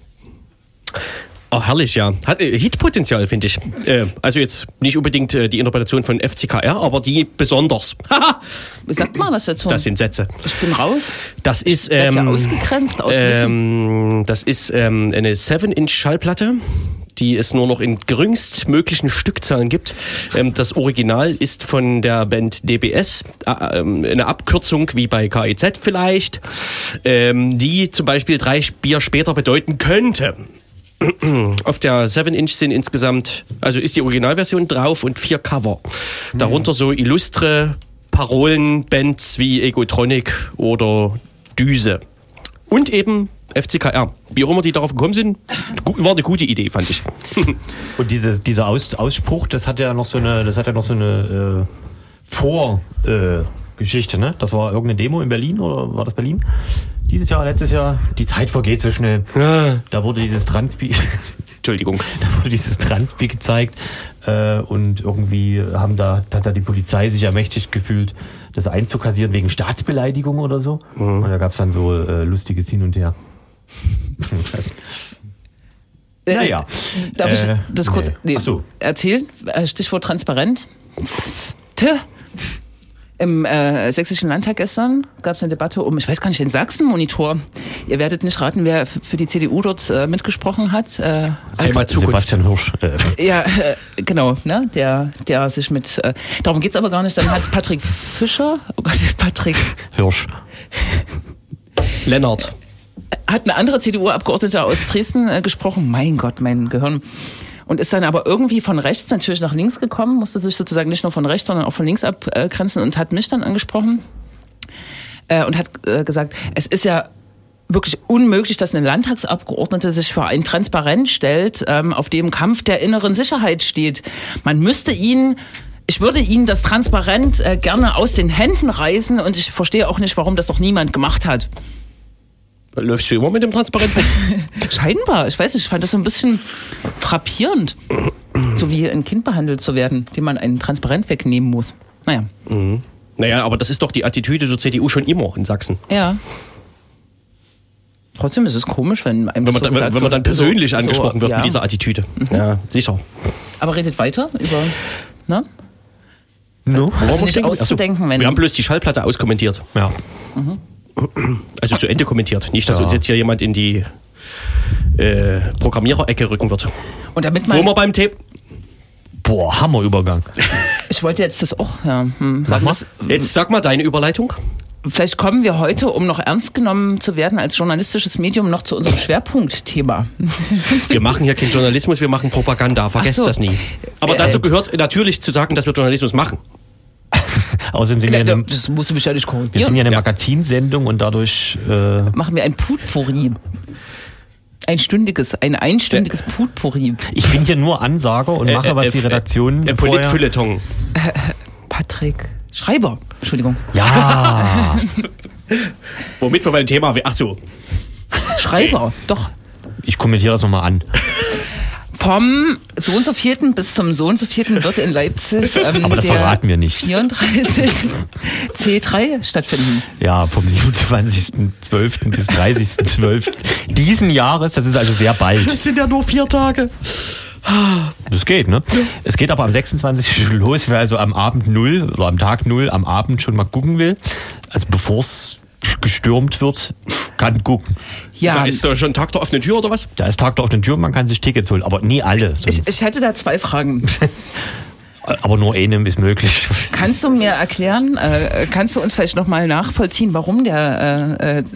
Oh, herrlich, ja. Hat äh, Hitpotenzial, finde ich. Äh, also jetzt nicht unbedingt äh, die Interpretation von F C K R, aber die besonders. Sag mal was dazu. Das sind Sätze. Ich bin raus. Das ist, Werd ja ähm, ausgegrenzt aus Wissen. ähm, das ist ähm, eine seven Inch Schallplatte, die es nur noch in geringst möglichen Stückzahlen gibt. Ähm, das Original ist von der Band D B S, äh, ähm, eine Abkürzung wie bei K I Z vielleicht, ähm, die zum Beispiel drei Bier später bedeuten könnte. Auf der seven Inch sind insgesamt, also ist die Originalversion drauf und vier Cover. Darunter so illustre Parolenbands wie Egotronic oder Düse. Und eben F C K R. Wie auch immer die darauf gekommen sind, war eine gute Idee, fand ich. Und diese, dieser Aus, Ausspruch, das hat ja noch so eine, das hat ja noch so eine äh, Vorgeschichte, äh, ne? Das war irgendeine Demo in Berlin oder war das Berlin? Dieses Jahr, letztes Jahr, die Zeit vergeht so schnell. Ja. Da wurde dieses Transpi, Entschuldigung. da wurde dieses Transpi gezeigt äh, und irgendwie haben da, hat da die Polizei sich ermächtigt gefühlt, das einzukassieren wegen Staatsbeleidigung oder so. Mhm. Und da gab es dann so äh, lustiges Hin und Her. Was? Äh, Naja. Darf Äh, ich das kurz nee. nee, Ach so. erzählen? Äh, Stichwort transparent. Tö. Im äh, Sächsischen Landtag gestern gab es eine Debatte um, ich weiß gar nicht, den Sachsen-Monitor. Ihr werdet nicht raten, wer f- für die C D U dort äh, mitgesprochen hat. Äh, als, Thema Zukunft. Sebastian Hirsch. Äh, ja, äh, genau, ne? Der, der sich mit. Äh, darum geht's aber gar nicht. Dann hat Patrick Fischer, oh Gott, Patrick, Hirsch. Lennart. hat eine andere C D U-Abgeordnete aus Dresden äh, gesprochen. Mein Gott, mein Gehirn. Und ist dann aber irgendwie von rechts natürlich nach links gekommen, musste sich sozusagen nicht nur von rechts, sondern auch von links abgrenzen und hat mich dann angesprochen äh, und hat äh, gesagt, es ist ja wirklich unmöglich, dass eine Landtagsabgeordnete sich für ein Transparent stellt, ähm, auf dem Kampf der inneren Sicherheit steht. Man müsste ihn, ich würde Ihnen das Transparent äh, gerne aus den Händen reißen und ich verstehe auch nicht, warum das noch niemand gemacht hat. Läufst du immer mit dem Transparent? Scheinbar, ich weiß nicht, ich fand das so ein bisschen frappierend, so wie ein Kind behandelt zu werden, dem man ein Transparent wegnehmen muss. Naja. Mhm. Naja, aber das ist doch die Attitüde der C D U schon immer in Sachsen. Ja. Trotzdem ist es komisch, wenn einem Wenn man, so dann, gesagt wenn man dann wird, persönlich so, angesprochen so, wird ja. mit dieser Attitüde. Mhm. Ja, sicher. Aber redet weiter über, ne? No? Also nicht auszudenken, wenn... Wir haben bloß die Schallplatte auskommentiert. Ja. Also zu Ende kommentiert. Nicht, dass Ja. uns jetzt hier jemand in die äh, Programmierer-Ecke rücken wird. Und damit Wo wir man... beim Tape. Boah, Hammerübergang. Ich wollte jetzt das auch, ja, hm, Sag sagen, mal. das, Jetzt sag mal deine Überleitung. vielleicht kommen wir heute, um noch ernst genommen zu werden als journalistisches Medium, noch zu unserem Schwerpunktthema. Wir machen hier keinen Journalismus, wir machen Propaganda. Vergesst Ach so. das nie. Aber Äh, dazu gehört natürlich zu sagen, dass wir Journalismus machen. Außerdem sind wir, eine, Das musst du mich ja nicht wir sind korrigieren. ja eine Ja. Magazinsendung und dadurch äh, Machen wir ein Putpurri. Ein stündiges, ein einstündiges Putpurri. ich bin hier nur Ansager und mache, was die Redaktion Äh, äh, vorher... Politfeuilleton. Patrick, Schreiber, Entschuldigung. Ja. Womit wir beim Thema, ach so. Schreiber, doch. Ich kommentiere das nochmal an. Vom so und so vierten bis zum so und so vierten wird in Leipzig ähm, Aber das der verraten wir nicht. vierunddreißig C drei stattfinden. Ja, vom siebenundzwanzigsten zwölften bis dreißigsten zwölften diesen Jahres, das ist also sehr bald. Das sind ja nur vier Tage. Das geht, ne? Ja. Es geht aber am sechsundzwanzigsten schon los, wer also am Abend null oder am Tag null am Abend schon mal gucken will. Also bevor es gestürmt wird, kann gucken. Ja. Da ist da schon Tag der offenen Tür oder was? Da ist Tag der offenen Tür, man kann sich Tickets holen, aber nie alle. Ich, ich hätte da zwei Fragen. Aber nur einem ist möglich. Kannst du mir erklären, äh, kannst du uns vielleicht nochmal nachvollziehen, warum der äh, äh,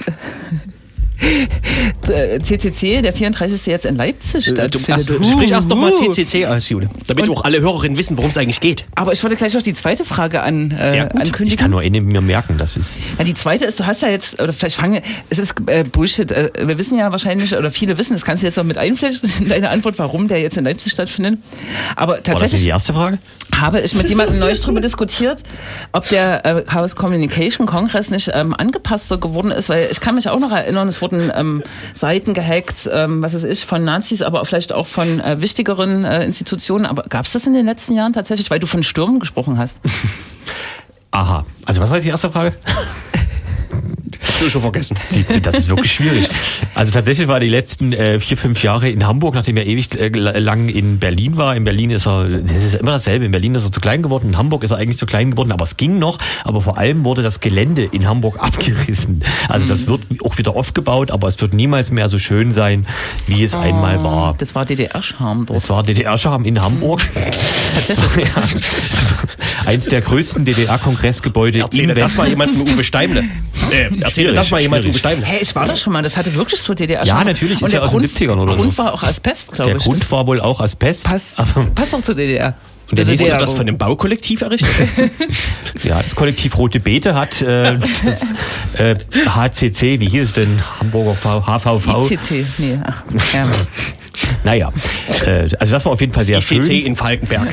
C C C, der vierunddreißigste jetzt in Leipzig stattfindet? Also, sprich erst nochmal C C C aus, Jule, damit Und, auch alle Hörerinnen wissen, worum es eigentlich geht. Aber ich wollte gleich noch die zweite Frage an, äh, Sehr gut. ankündigen. Ich kann nur eine mir merken, das ist... Ja, die zweite ist, du hast ja jetzt, oder vielleicht fange, es ist äh, Bullshit, äh, wir wissen ja wahrscheinlich, oder viele wissen, das kannst du jetzt noch mit einflechten in deine Antwort, warum der jetzt in Leipzig stattfindet. Aber War das tatsächlich die erste Frage? habe ich mit jemandem neulich darüber diskutiert, ob der äh, Chaos Communication Kongress nicht ähm, angepasster geworden ist, weil ich kann mich auch noch erinnern, es wurden ähm, Seiten gehackt, ähm, was weiß ich, von Nazis, aber vielleicht auch von äh, wichtigeren äh, Institutionen. Aber gab es das in den letzten Jahren tatsächlich, weil du von Stürmen gesprochen hast? Aha. Also was war die erste Frage? Schon schon vergessen. Die, das ist wirklich schwierig. Also tatsächlich war die letzten äh, vier, fünf Jahre in Hamburg, nachdem er ewig äh, lang in Berlin war. In Berlin ist er, das ist immer dasselbe, in Berlin ist er zu klein geworden, in Hamburg ist er eigentlich zu klein geworden, aber es ging noch. Aber vor allem wurde das Gelände in Hamburg abgerissen. Also das wird auch wieder aufgebaut, aber es wird niemals mehr so schön sein, wie es oh, einmal war. Das war D D R-Charme dort. Das war D D R-Charme in Hamburg. Das war, ja, das war eins der größten D D R-Kongressgebäude Erzähle im das mal jemandem Uwe Steimle. Äh, erzähle das mal jemandem Uwe Steimle. Hey, ich war da schon mal, das hatte wirklich so D D R-Charme. Ja, natürlich, und ist ja aus Grund, den siebzigern oder der so. Grund war auch Asbest, glaube ich. Der Grund das war wohl auch Asbest. Passt, aber passt auch zur D D R. Und der D D R Wurde das von dem Baukollektiv errichtet? Ja, das Kollektiv Rote Beete hat äh, das äh, H C C, wie hieß es denn? Hamburger v, H V V? I C C, nee, ach, ja. Naja, äh, also das war auf jeden Fall sehr I C C schön. in Falkenberg.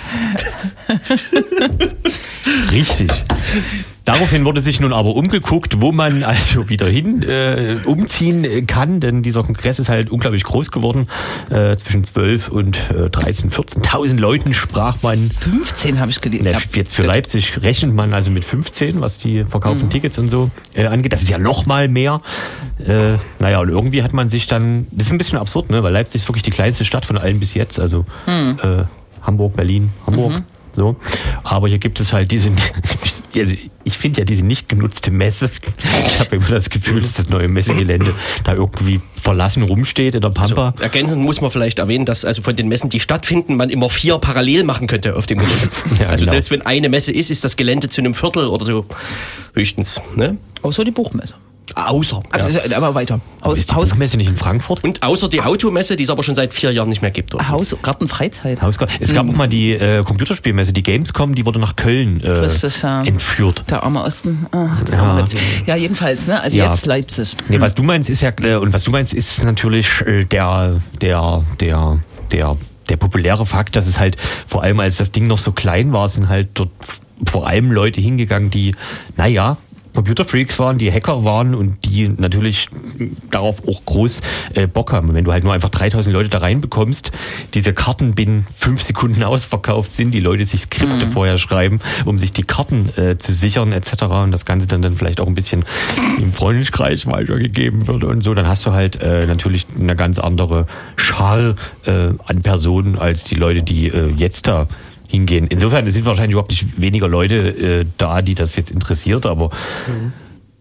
Richtig. Daraufhin wurde sich nun aber umgeguckt, wo man also wieder hin äh, umziehen kann, denn dieser Kongress ist halt unglaublich groß geworden. Äh, zwischen zwölf und äh, dreizehn, vierzehntausend Leuten sprach man. fünfzehn habe ich gelesen. Ne, jetzt für Leipzig rechnet man also mit fünfzehn, was die verkauften mhm. Tickets und so äh, angeht. Das ist ja noch mal mehr. Äh, naja, und irgendwie hat man sich dann, das ist ein bisschen absurd, ne, weil Leipzig ist wirklich die kleinste Stadt von allen bis jetzt. Also mhm. äh, Hamburg, Berlin, Hamburg. Mhm. So. Aber hier gibt es halt diese, also ich finde ja diese nicht genutzte Messe. Ich habe immer das Gefühl, dass das neue Messegelände da irgendwie verlassen rumsteht in der Pampa. Also, ergänzend muss man vielleicht erwähnen, dass also von den Messen, die stattfinden, man immer vier parallel machen könnte auf dem Gelände. Ja, also genau. selbst wenn eine Messe ist, ist das Gelände zu einem Viertel oder so höchstens. Ne? Außer die Buchmesse. Außer. Aber, Ja. aber weiter. Haus, ist die Buchmesse nicht in Frankfurt? Und außer die Automesse, die es aber schon seit vier Jahren nicht mehr gibt. Oder? Haus, Gartenfreizeit. Haus, es gab mhm. auch mal die äh, Computerspielmesse, die Gamescom, die wurde nach Köln äh, Richtig, ja. entführt. Der arme Osten. Ach, das Ja. ja. ja, jedenfalls, ne? Also Ja. jetzt Leipzig. Nee, was du meinst ist ja, äh, und was du meinst ist natürlich äh, der, der, der, der, der populäre Fakt, dass es halt, vor allem als das Ding noch so klein war, sind halt dort vor allem Leute hingegangen, die, naja, Computerfreaks waren, die Hacker waren und die natürlich darauf auch groß äh, Bock haben. Und wenn du halt nur einfach dreitausend Leute da reinbekommst, diese Karten binnen fünf Sekunden ausverkauft sind, die Leute sich Skripte mhm. vorher schreiben, um sich die Karten äh, zu sichern et cetera und das Ganze dann, dann vielleicht auch ein bisschen im Freundeskreis weitergegeben wird und so, dann hast du halt äh, natürlich eine ganz andere Schar äh, an Personen als die Leute, die äh, jetzt da hingehen. Insofern sind wahrscheinlich überhaupt nicht weniger Leute äh, da, die das jetzt interessiert, aber mhm.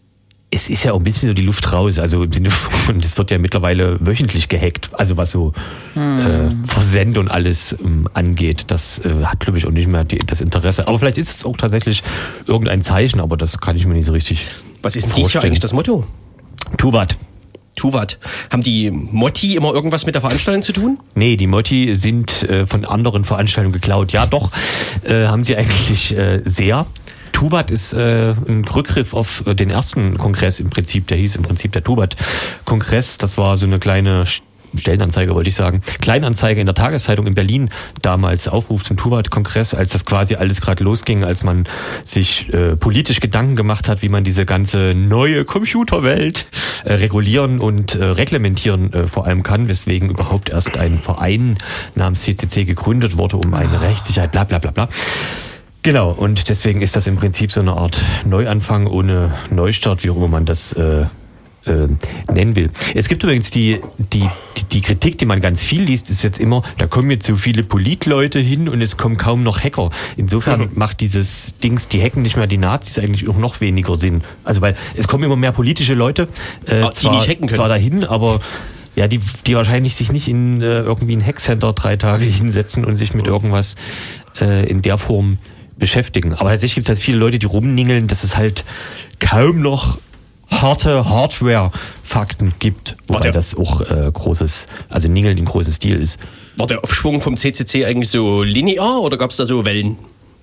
es ist ja auch ein bisschen so die Luft raus. Also im Sinne von, das wird ja mittlerweile wöchentlich gehackt, also was so mhm. äh, Versend und alles ähm, angeht. Das äh, hat, glaube ich, auch nicht mehr die, das Interesse. Aber vielleicht ist es auch tatsächlich irgendein Zeichen, aber das kann ich mir nicht so richtig Was ist denn dieses Jahr eigentlich das Motto? Tuvat. Tuvat. Haben die Motti immer irgendwas mit der Veranstaltung zu tun? Nee, die Motti sind äh, von anderen Veranstaltungen geklaut. Ja, doch, äh, haben sie eigentlich äh, sehr. Tuvat ist äh, ein Rückgriff auf äh, den ersten Kongress im Prinzip. Der hieß im Prinzip der Tuvat-Kongress. Das war so eine kleine Stellenanzeige wollte ich sagen, Kleinanzeige in der Tageszeitung in Berlin, damals Aufruf zum Tuvat-Kongress, als das quasi alles gerade losging, als man sich äh, politisch Gedanken gemacht hat, wie man diese ganze neue Computerwelt äh, regulieren und äh, reglementieren äh, vor allem kann, weswegen überhaupt erst ein Verein namens C C C gegründet wurde, um eine Rechtssicherheit, bla bla bla bla. Genau, und deswegen ist das im Prinzip so eine Art Neuanfang ohne Neustart, wie auch immer man das äh, äh, nennen will. Es gibt übrigens die, die, die, die Kritik, die man ganz viel liest, ist jetzt immer, da kommen jetzt so viele Politleute hin und es kommen kaum noch Hacker. Insofern mhm. macht dieses Dings, die hacken nicht mehr die Nazis, eigentlich auch noch weniger Sinn. Also weil es kommen immer mehr politische Leute, äh, Ach, die zwar, nicht hacken können. zwar dahin, aber ja, die, die wahrscheinlich sich nicht in äh, irgendwie ein Hackcenter drei Tage hinsetzen und sich mit irgendwas äh, in der Form beschäftigen. Aber tatsächlich gibt es halt viele Leute, die rumningeln, dass es halt kaum noch harte Hardware-Fakten gibt, wobei Warte. das auch äh, großes, also Ningeln in großes Stil ist. War der Aufschwung vom C C C eigentlich so linear oder gab es da so Wellen?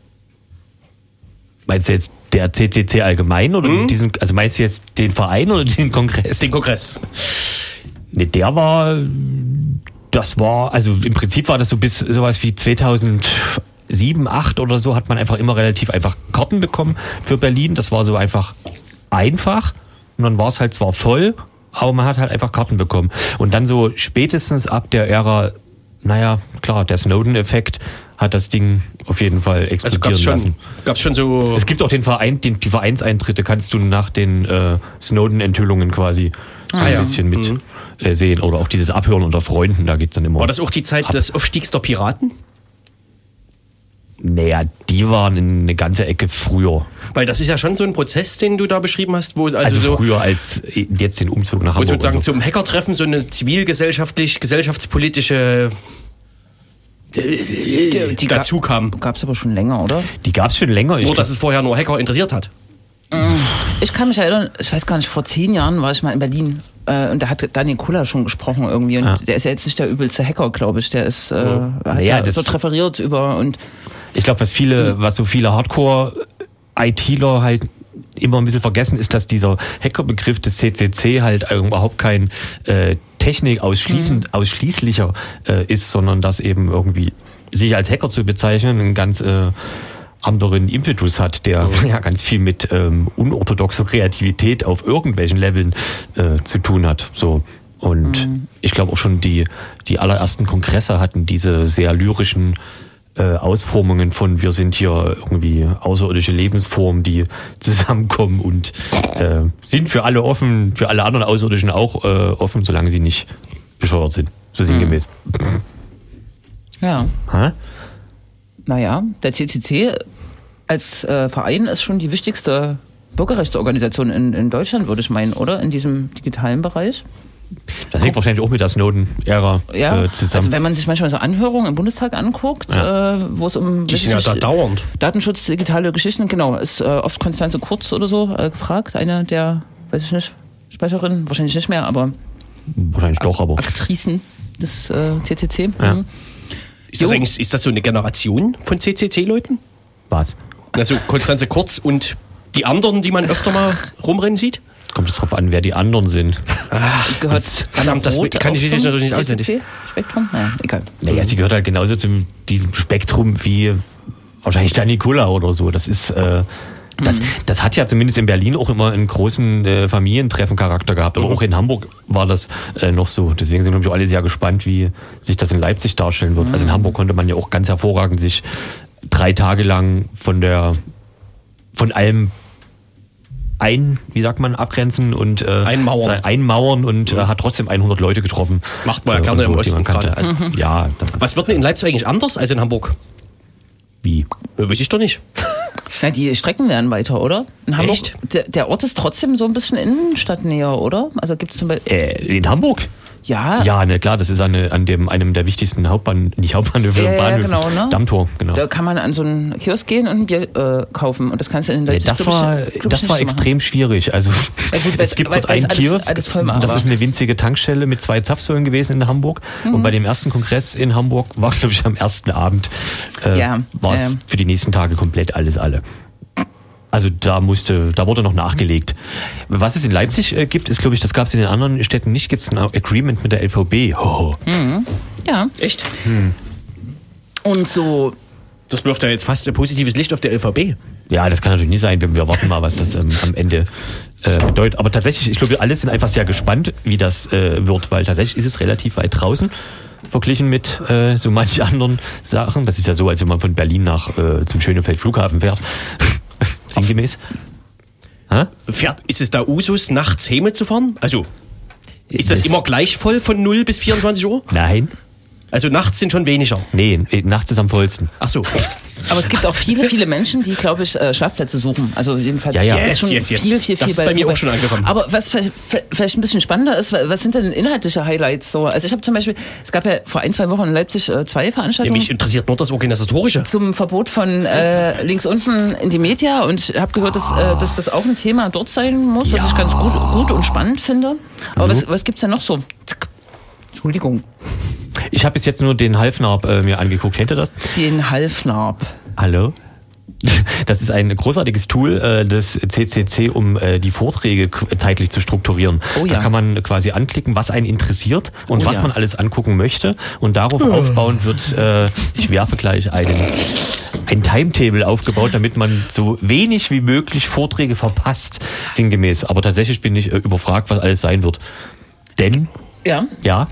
Meinst du jetzt der C C C allgemein oder Mhm. diesen, also meinst du jetzt den Verein oder den Kongress? Den Kongress. Ne, der war, das war, also im Prinzip war das so bis sowas wie zweitausendsieben, acht oder so, hat man einfach immer relativ einfach Karten bekommen für Berlin. Das war so einfach einfach. Und dann war es halt zwar voll, aber man hat halt einfach Karten bekommen. Und dann so spätestens ab der Ära, naja, klar, der Snowden-Effekt hat das Ding auf jeden Fall Also explodieren gab es schon, lassen. gab's schon so... Es gibt auch den Verein, den, die Vereinseintritte kannst du nach den äh, Snowden-Enthüllungen quasi Ah, ein ja. bisschen mit Mhm. äh, sehen. Oder auch dieses Abhören unter Freunden, da geht's dann immer. War das auch die Zeit ab. des Aufstiegs der Piraten? Naja, die waren eine ganze Ecke früher. Weil das ist ja schon so ein Prozess, den du da beschrieben hast, wo also, Also, so... früher als jetzt den Umzug nach Wo Hamburg. sozusagen und so. zum Hackertreffen so eine zivilgesellschaftlich, gesellschaftspolitische Die, die dazu kam. Gab es aber schon länger, oder? Die gab's schon länger. Ich Nur, dass es vorher nur Hacker interessiert hat. Ich kann mich erinnern, ich weiß gar nicht, vor zehn Jahren war ich mal in Berlin äh, und da hat Daniel Kuller schon gesprochen irgendwie und Ja. der ist ja jetzt nicht der übelste Hacker, glaube ich, der ist, äh, hat Naja, da das- so referiert über und Ich glaube, was viele, was so viele Hardcore-ITler halt immer ein bisschen vergessen, ist, dass dieser Hackerbegriff des C C C halt überhaupt kein äh, Technik ausschließend, Mhm. ausschließlicher äh, ist, sondern dass eben irgendwie sich als Hacker zu bezeichnen einen ganz äh, anderen Impetus hat, der ja ganz viel mit ähm, unorthodoxer Kreativität auf irgendwelchen Leveln äh, zu tun hat. So. Und ich glaube auch schon die, die allerersten Kongresse hatten diese sehr lyrischen äh, Ausformungen von wir sind hier irgendwie außerirdische Lebensformen, die zusammenkommen und äh, sind für alle offen, für alle anderen Außerirdischen auch äh, offen, solange sie nicht bescheuert sind. So sinngemäß. ja, Hä? naja, der C C C als äh, Verein ist schon die wichtigste Bürgerrechtsorganisation in, in Deutschland, würde ich meinen, oder? In diesem digitalen Bereich. Das hängt wahrscheinlich auch mit der Snowden-Ära Ja, äh, zusammen. also wenn man sich manchmal so Anhörungen im Bundestag anguckt, Ja. äh, wo es um Die sind ja weiß ich da nicht, dauernd. Datenschutz, digitale Geschichten, genau, ist äh, oft Konstanze Kurz oder so äh, gefragt, eine der, weiß ich nicht, Sprecherinnen, wahrscheinlich nicht mehr, aber Wahrscheinlich doch, aber Aktricen des äh, C C C. Ja. Mhm. Ist das Jo. eigentlich ist das so eine Generation von C C C-Leuten? was? Also Konstanze Kurz und die anderen, die man öfter mal rumrennen sieht? Kommt es drauf an, wer die anderen sind. Gehört verdammt, das Roth kann auch ich zum natürlich nicht C C C auswendig. Spektrum? Naja, egal. Naja, sie gehört halt genauso zu diesem Spektrum wie wahrscheinlich Dani Kulla oder so. Das ist, äh, das, das hat ja zumindest in Berlin auch immer einen großen äh, Familientreffencharakter gehabt. Aber auch in Hamburg war das äh, noch so. Deswegen sind, glaube ich, alle sehr gespannt, wie sich das in Leipzig darstellen wird. Also in Hamburg konnte man ja auch ganz hervorragend sich drei Tage lang von der, von allem ein, wie sagt man, abgrenzen und äh, Einmauern. einmauern und äh, hat trotzdem hundert Leute getroffen. Macht man ja Äh, gerne und im die man Osten kannte. gerade. Also, ja, das ist Was wird denn in Leipzig eigentlich anders als in Hamburg? wie. Ja, weiß ich doch nicht. Na, die Strecken werden weiter, oder? In Hamburg, Echt? Der, der Ort ist trotzdem so ein bisschen innenstadtnäher, oder? Also gibt es zum Beispiel. Äh, in Hamburg? Ja, Ja, ne, klar, das ist eine, an dem, einem der wichtigsten Hauptbahn, nicht Hauptbahnhöfe, Ja, ja, Bahnhöfe, genau, ne? Dammtor, genau. da kann man an so einen Kiosk gehen und ein Bier äh, kaufen. Und das kannst du in Nee, Leipzig, das glaub ich, war, glaub ich, das nicht war so machen. extrem schwierig. Also Ja, gut, es weil's- gibt weil- dort weil's einen alles- Kiosk, alles voll macht. das ist eine winzige Tankstelle mit zwei Zapfsäulen gewesen in Hamburg. Mhm. Und bei dem ersten Kongress in Hamburg war, glaube ich, am ersten Abend äh, Ja, war es ja. für die nächsten Tage komplett alles alle. Also da musste, da wurde noch nachgelegt. Was es in Leipzig äh, gibt, ist, glaube ich, das gab es in den anderen Städten nicht, gibt es ein Agreement mit der L V B. Oh. Mhm. Ja. Echt? Hm. Und so... Das wirft ja jetzt fast ein positives Licht auf der L V B. Ja, das kann natürlich nicht sein. Wir, wir warten mal, was das ähm, am Ende äh, bedeutet. Aber tatsächlich, ich glaube, wir alle sind einfach sehr gespannt, wie das äh, wird, weil tatsächlich ist es relativ weit draußen verglichen mit äh, so manchen anderen Sachen. Das ist ja so, als wenn man von Berlin nach äh, zum Schönefeld Flughafen fährt. Sinngemäß. Hä? Fährt, ist es da Usus, nachts Häme zu fahren? Also, ist das, das immer gleich voll von null bis vierundzwanzig Uhr? Nein. Also nachts sind schon weniger? Nee, nachts ist am vollsten. Ach so. Aber es gibt auch viele, viele Menschen, die, glaube ich, Schlafplätze suchen. Also jedenfalls ja, ja. ist Yes, schon yes, yes. viel, viel, viel das ist bei, bei mir auch schon angekommen. Aber was vielleicht ein bisschen spannender ist, was sind denn inhaltliche Highlights so? Also ich habe zum Beispiel, es gab ja vor ein, zwei Wochen in Leipzig zwei Veranstaltungen. Ja, mich interessiert nur das Organisatorische. Zum Verbot von äh, links unten in die Media, und ich habe gehört, dass, äh, dass das auch ein Thema dort sein muss, was ja. ich ganz gut, gut und spannend finde. Aber mhm. was, was gibt's denn noch so? Entschuldigung. Ich habe bis jetzt nur den Halfnarb äh, mir angeguckt. Kennt ihr das? Den Halfnarb. Hallo? Das ist ein großartiges Tool äh, des C C C, um äh, die Vorträge zeitlich zu strukturieren. Oh ja. Da kann man quasi anklicken, was einen interessiert und oh was ja. man alles angucken möchte. Und darauf oh. aufbauend wird, äh, ich werfe gleich einen, ein Timetable aufgebaut, damit man so wenig wie möglich Vorträge verpasst, sinngemäß. Aber tatsächlich bin ich äh, überfragt, was alles sein wird. Denn, ja, ja,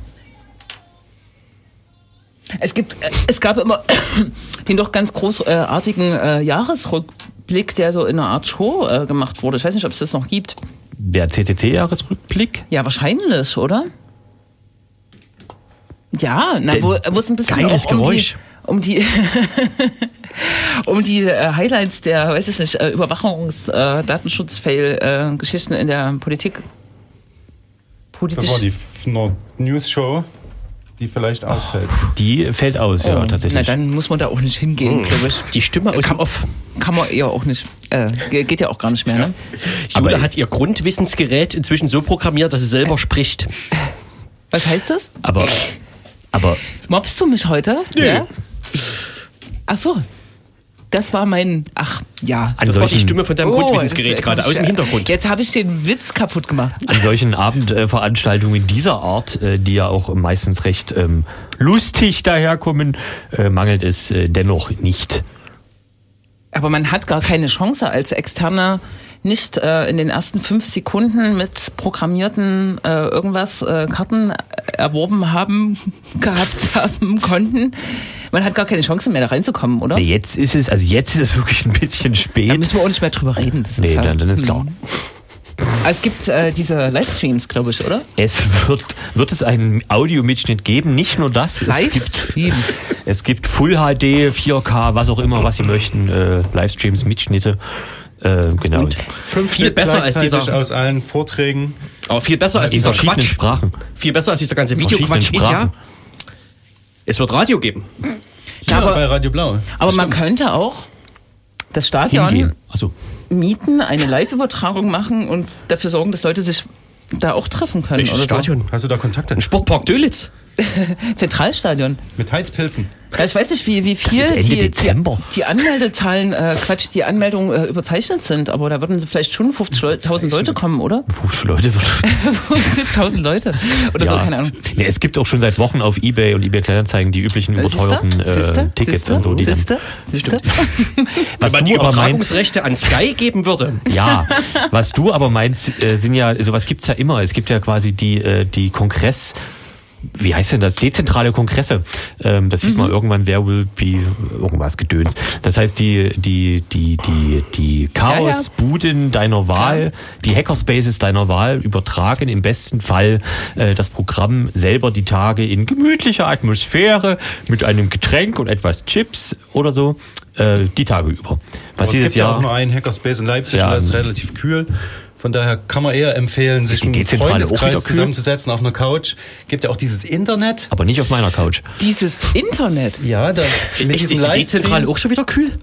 Es gibt, es gab immer den doch ganz großartigen äh, Jahresrückblick, der so in einer Art Show äh, gemacht wurde. Ich weiß nicht, ob es das noch gibt. Der C C C-Jahresrückblick? Ja, wahrscheinlich, oder? Ja, na, wo, wo es ein bisschen Geiles auch um Geräusch. die, um die, um die äh, Highlights der, weiß ich nicht, äh, Überwachungs-, äh, Datenschutz-Fail, äh, Geschichten in der Politik. Politisch. Das war die F- News-Show, die vielleicht ausfällt. Die fällt aus, ja, Oh, tatsächlich. Na, dann muss man da auch nicht hingehen, Hm. glaube ich. Die Stimme aus Kann- dem Off. Kann man eher auch nicht. Äh, ge- geht ja auch gar nicht mehr, ne? Jule Aber- hat ihr Grundwissensgerät inzwischen so programmiert, dass sie selber spricht. Was heißt das? Aber, aber Mobst du mich heute? Nö. Ja? Ach so. Das war mein. Ach, ja. an Das war die solchen, Stimme von deinem Oh, Grundwissensgerät das- gerade aus dem Hintergrund. Jetzt habe ich den Witz kaputt gemacht. an solchen Abendveranstaltungen dieser Art, äh, die ja auch meistens recht ähm, lustig daherkommen, äh, mangelt es äh, dennoch nicht. Aber man hat gar keine Chance als Externer, nicht äh, in den ersten fünf Sekunden mit programmierten äh, irgendwas äh, Karten erworben haben, gehabt haben konnten. Man hat gar keine Chance mehr, da reinzukommen, oder? Nee, jetzt ist es, also jetzt ist es wirklich ein bisschen Da spät. müssen wir auch nicht mehr drüber reden. Das ist Nee, ja, dann, dann ist klar. Es gibt äh, diese Livestreams, glaube ich, oder? Es wird, wird es einen Audiomitschnitt geben, nicht nur das. Es gibt, Livestream. es gibt Full H D, vier K, was auch immer, was Sie möchten, äh, Livestreams, Mitschnitte. Äh, genau. Und viel besser als Gleichzeitig dieser, aus allen Vorträgen. aber viel besser als in dieser verschiedenen Quatsch. Sprachen. Viel besser als dieser ganze Verschiedenen Videoquatsch ist ja, Sprachen. es wird Radio geben. Ja, aber- bei Radio Blau. Aber man könnte auch das Stadion Hingehen. Achso. mieten, eine Live-Übertragung machen und dafür sorgen, dass Leute sich da auch treffen können. Welches oder Stadion? Hast du da Kontakte? Ein Sportpark Dölitz. So. Zentralstadion. Mit Heizpilzen. Ja, ich weiß nicht, wie, wie viel ist Ende die, die, Dezember. die Anmeldezahlen, äh, Quatsch, die Anmeldungen äh, überzeichnet sind, aber da würden vielleicht schon fünfzigtausend Leute kommen, oder? Puh, Leute. fünfzigtausend Leute. Oder so, keine Ahnung. Nee, es gibt auch schon seit Wochen auf eBay und eBay Kleinanzeigen die üblichen überteuerten äh, Tickets und so. Die dann, Siehste? Siehste? was Wenn man die du aber meinst, Übertragungsrechte an Sky geben würde. ja, was du aber meinst, äh, sind ja, sowas gibt's ja immer. Es gibt ja quasi die, äh, die Kongress, wie heißt denn das? Dezentrale Kongresse. Ähm, das hieß Mhm. mal irgendwann There Will Be irgendwas Gedöns. Das heißt, die, die, die, die, die Chaos-Buden deiner Wahl, die Hackerspaces deiner Wahl übertragen im besten Fall äh, das Programm selber die Tage in gemütlicher Atmosphäre mit einem Getränk und etwas Chips oder so äh, die Tage über. Was Aber es dieses gibt ja Jahr auch nur einen Hackerspace in Leipzig Ja. und das ist relativ kühl. Von daher kann man eher empfehlen, sich die einen dezentrale auch wieder Freundeskreis kühl? zusammenzusetzen auf einer Couch. Gibt ja auch dieses Internet. aber nicht auf meiner Couch. Dieses Internet. Ja, da mit Echt, diesen ist die Dezentrale Livestreams. auch schon wieder kühl?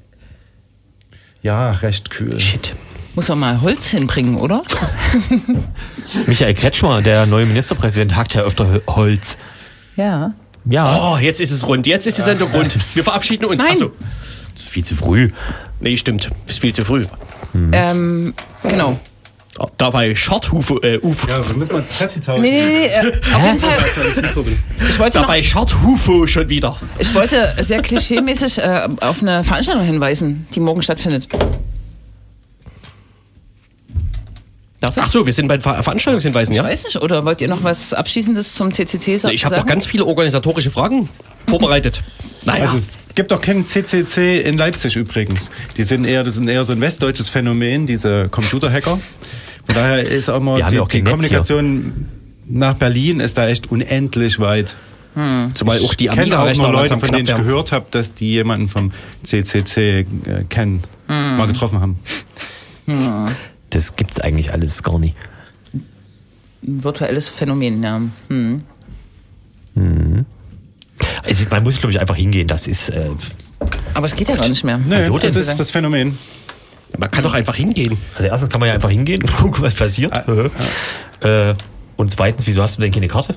Ja, recht kühl. Shit. Muss man mal Holz hinbringen, oder? Michael Kretschmer, der neue Ministerpräsident, hackt ja öfter Holz. Ja. Ja, Oh, jetzt ist es rund. Jetzt ist die Sendung rund. Wir verabschieden uns. Nein. Achso. das ist viel zu früh. Nee, stimmt. Ist viel zu früh. Mhm. Ähm, genau. Dabei Schadhufe, äh, Ufo. Ja, wir müssen mal Zettel tauschen. Nee, nee, nee, äh, auf jeden Fall. Ich wollte, noch, Dabei Schadhufo schon wieder. ich wollte sehr klischeemäßig äh, auf eine Veranstaltung hinweisen, die morgen stattfindet. Darf ich? Ach so, wir sind bei den Ver Veranstaltungshinweisen, Ich ja? weiß nicht, oder wollt ihr noch was Abschließendes zum C C C sagen? Ich habe doch ganz viele organisatorische Fragen vorbereitet. Naja, Also es gibt doch keinen C C C in Leipzig übrigens. Die sind eher, das sind eher so ein westdeutsches Phänomen, diese Computerhacker. Von daher ist auch immer Wir haben die, ja auch die kein Netz Kommunikation nach Berlin ist da echt unendlich weit. zumal auch die Ich kenne auch Amiga-Rechner nur Leute, langsam von knapp denen ich werden. gehört habe, dass die jemanden vom C C C äh, kennen, mal getroffen haben. Das gibt's eigentlich alles gar nicht. Ein virtuelles Phänomen, ja. Hm. Also man muss, glaube ich, einfach hingehen. Das ist. Äh, Aber es geht ja gar nicht mehr. Nee, Wieso das denn? ist das Phänomen. Man kann doch einfach hingehen. also erstens kann man ja einfach hingehen und gucken, was passiert. äh, und zweitens, wieso hast du denn keine Karte?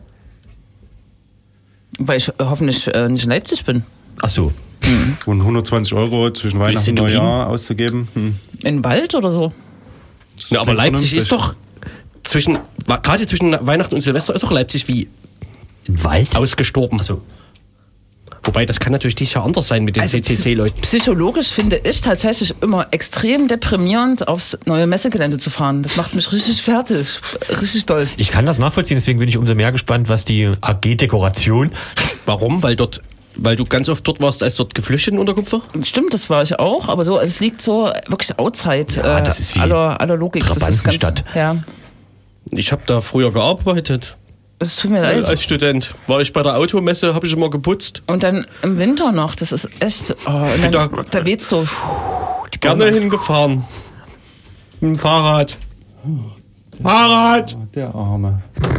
Weil ich äh, hoffentlich äh, nicht in Leipzig bin. Ach so. Und hundertzwanzig Euro zwischen Willst Weihnachten und du hin? Neujahr auszugeben. Hm. In den Wald oder so? Ja, aber klingt Leipzig ist vernünftig. doch zwischen, gerade zwischen Weihnachten und Silvester ist doch Leipzig wie Im Wald? ausgestorben. Ach so. Wobei, das kann natürlich dieses Jahr anders sein mit den Also C C C-Leuten. Psychologisch finde ich tatsächlich immer extrem deprimierend, aufs neue Messegelände zu fahren. Das macht mich richtig fertig. Richtig doll. Ich kann das nachvollziehen, deswegen bin ich umso mehr gespannt, was die A G-Dekoration. Warum? Weil dort, weil du ganz oft dort warst, als dort Geflüchteten Unterkunft war? Stimmt, das war ich auch, aber so, es liegt so wirklich outside Ja, äh, das ist wie aller, aller Logik. Das ist ganz, Trabantenstadt. ja, Ich habe da früher gearbeitet. es tut mir leid. Als Student war ich bei der Automesse, habe ich immer geputzt. Und dann im Winter noch, das ist echt, oh, und dann, Da- da weht's so. Die Gerne Bäume. hingefahren. Mit dem Fahrrad. Fahrrad! Der Arme.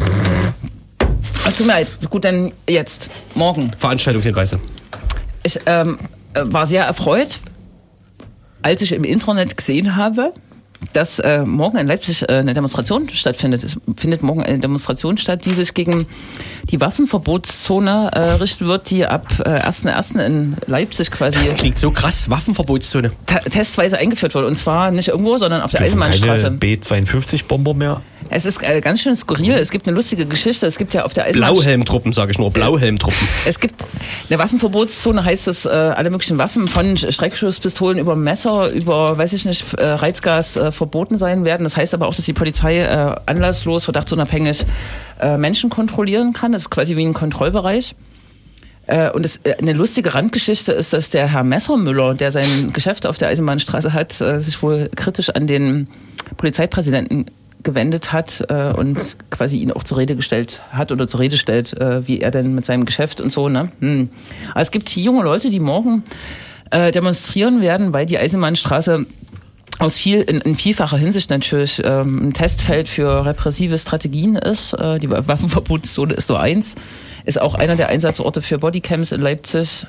Es tut mir leid. Gut, dann jetzt, morgen. Veranstaltungshinweise. Ich ähm, äh, war sehr erfreut, als ich im Internet gesehen habe, dass äh, morgen in Leipzig äh, eine Demonstration stattfindet. Es findet morgen eine Demonstration statt, die sich gegen die Waffenverbotszone äh, richten wird, die ab äh, ersten ersten in Leipzig quasi Das klingt so krass. Waffenverbotszone. te- testweise eingeführt wird. Und zwar nicht irgendwo, sondern auf der Dürfen Eisenbahnstraße. keine B zweiundfünfzig Bomber mehr. Es ist äh, ganz schön skurril. Es gibt eine lustige Geschichte. Es gibt ja auf der Eisenbahnstraße... Blauhelmtruppen, sage ich nur. Blauhelmtruppen. Es gibt eine Waffenverbotszone, heißt es, äh, alle möglichen Waffen von Schreckschusspistolen über Messer, über, weiß ich nicht, äh, Reizgas äh, verboten sein werden. Das heißt aber auch, dass die Polizei äh, anlasslos, verdachtsunabhängig äh, Menschen kontrollieren kann. Das ist quasi wie ein Kontrollbereich. Äh, und das, äh, eine lustige Randgeschichte ist, dass der Herr Messermüller, der sein Geschäft auf der Eisenbahnstraße hat, äh, sich wohl kritisch an den Polizeipräsidenten gewendet hat äh, und quasi ihn auch zur Rede gestellt hat oder zur Rede stellt, äh, wie er denn mit seinem Geschäft und so. Ne? Hm. Aber es gibt junge Leute, die morgen äh, demonstrieren werden, weil die Eisenbahnstraße aus viel, in, in vielfacher Hinsicht natürlich ähm, ein Testfeld für repressive Strategien ist. Äh, die Waffenverbotszone ist nur eins, ist auch einer der Einsatzorte für Bodycams in Leipzig.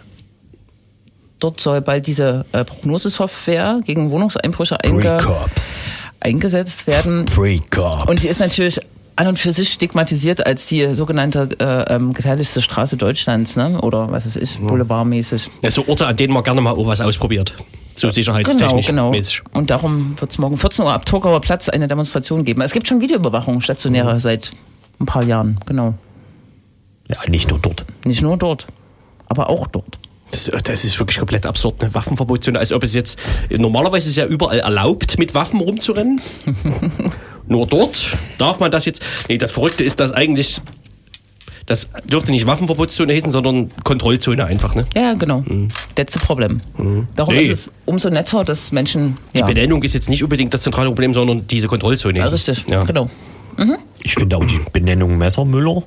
Dort soll bald diese äh, Prognosesoftware gegen Wohnungseinbrüche einge Pre-Cops. eingesetzt werden. Pre-Cops. Und die ist natürlich an und für sich stigmatisiert als die sogenannte äh, ähm, gefährlichste Straße Deutschlands, ne? Oder was weiß ich, boulevardmäßig. Ja, so Orte, an denen man gerne mal auch was ausprobiert. So Genau, sicherheitstechnisch genau. mäßig. Und darum wird es morgen vierzehn Uhr ab Torgauer Platz eine Demonstration geben. Es gibt schon Videoüberwachung, stationäre, seit ein paar Jahren, genau. Ja, nicht nur dort. Nicht nur dort, aber auch dort. Das, das ist wirklich komplett absurd, eine Waffenverbotszone. Als ob es jetzt, normalerweise ist es ja überall erlaubt, mit Waffen rumzurennen. Nur dort darf man das jetzt. Nee, das Verrückte ist, dass eigentlich, das dürfte nicht Waffenverbotszone heißen, sondern Kontrollzone einfach, ne? Ja, genau. That's the problem. Darum Nee. ist es umso netter, dass Menschen. Die Ja, Benennung ist jetzt nicht unbedingt das zentrale Problem, sondern diese Kontrollzone. ja, richtig, Ja. genau. Ich finde auch die Benennung Messermüller.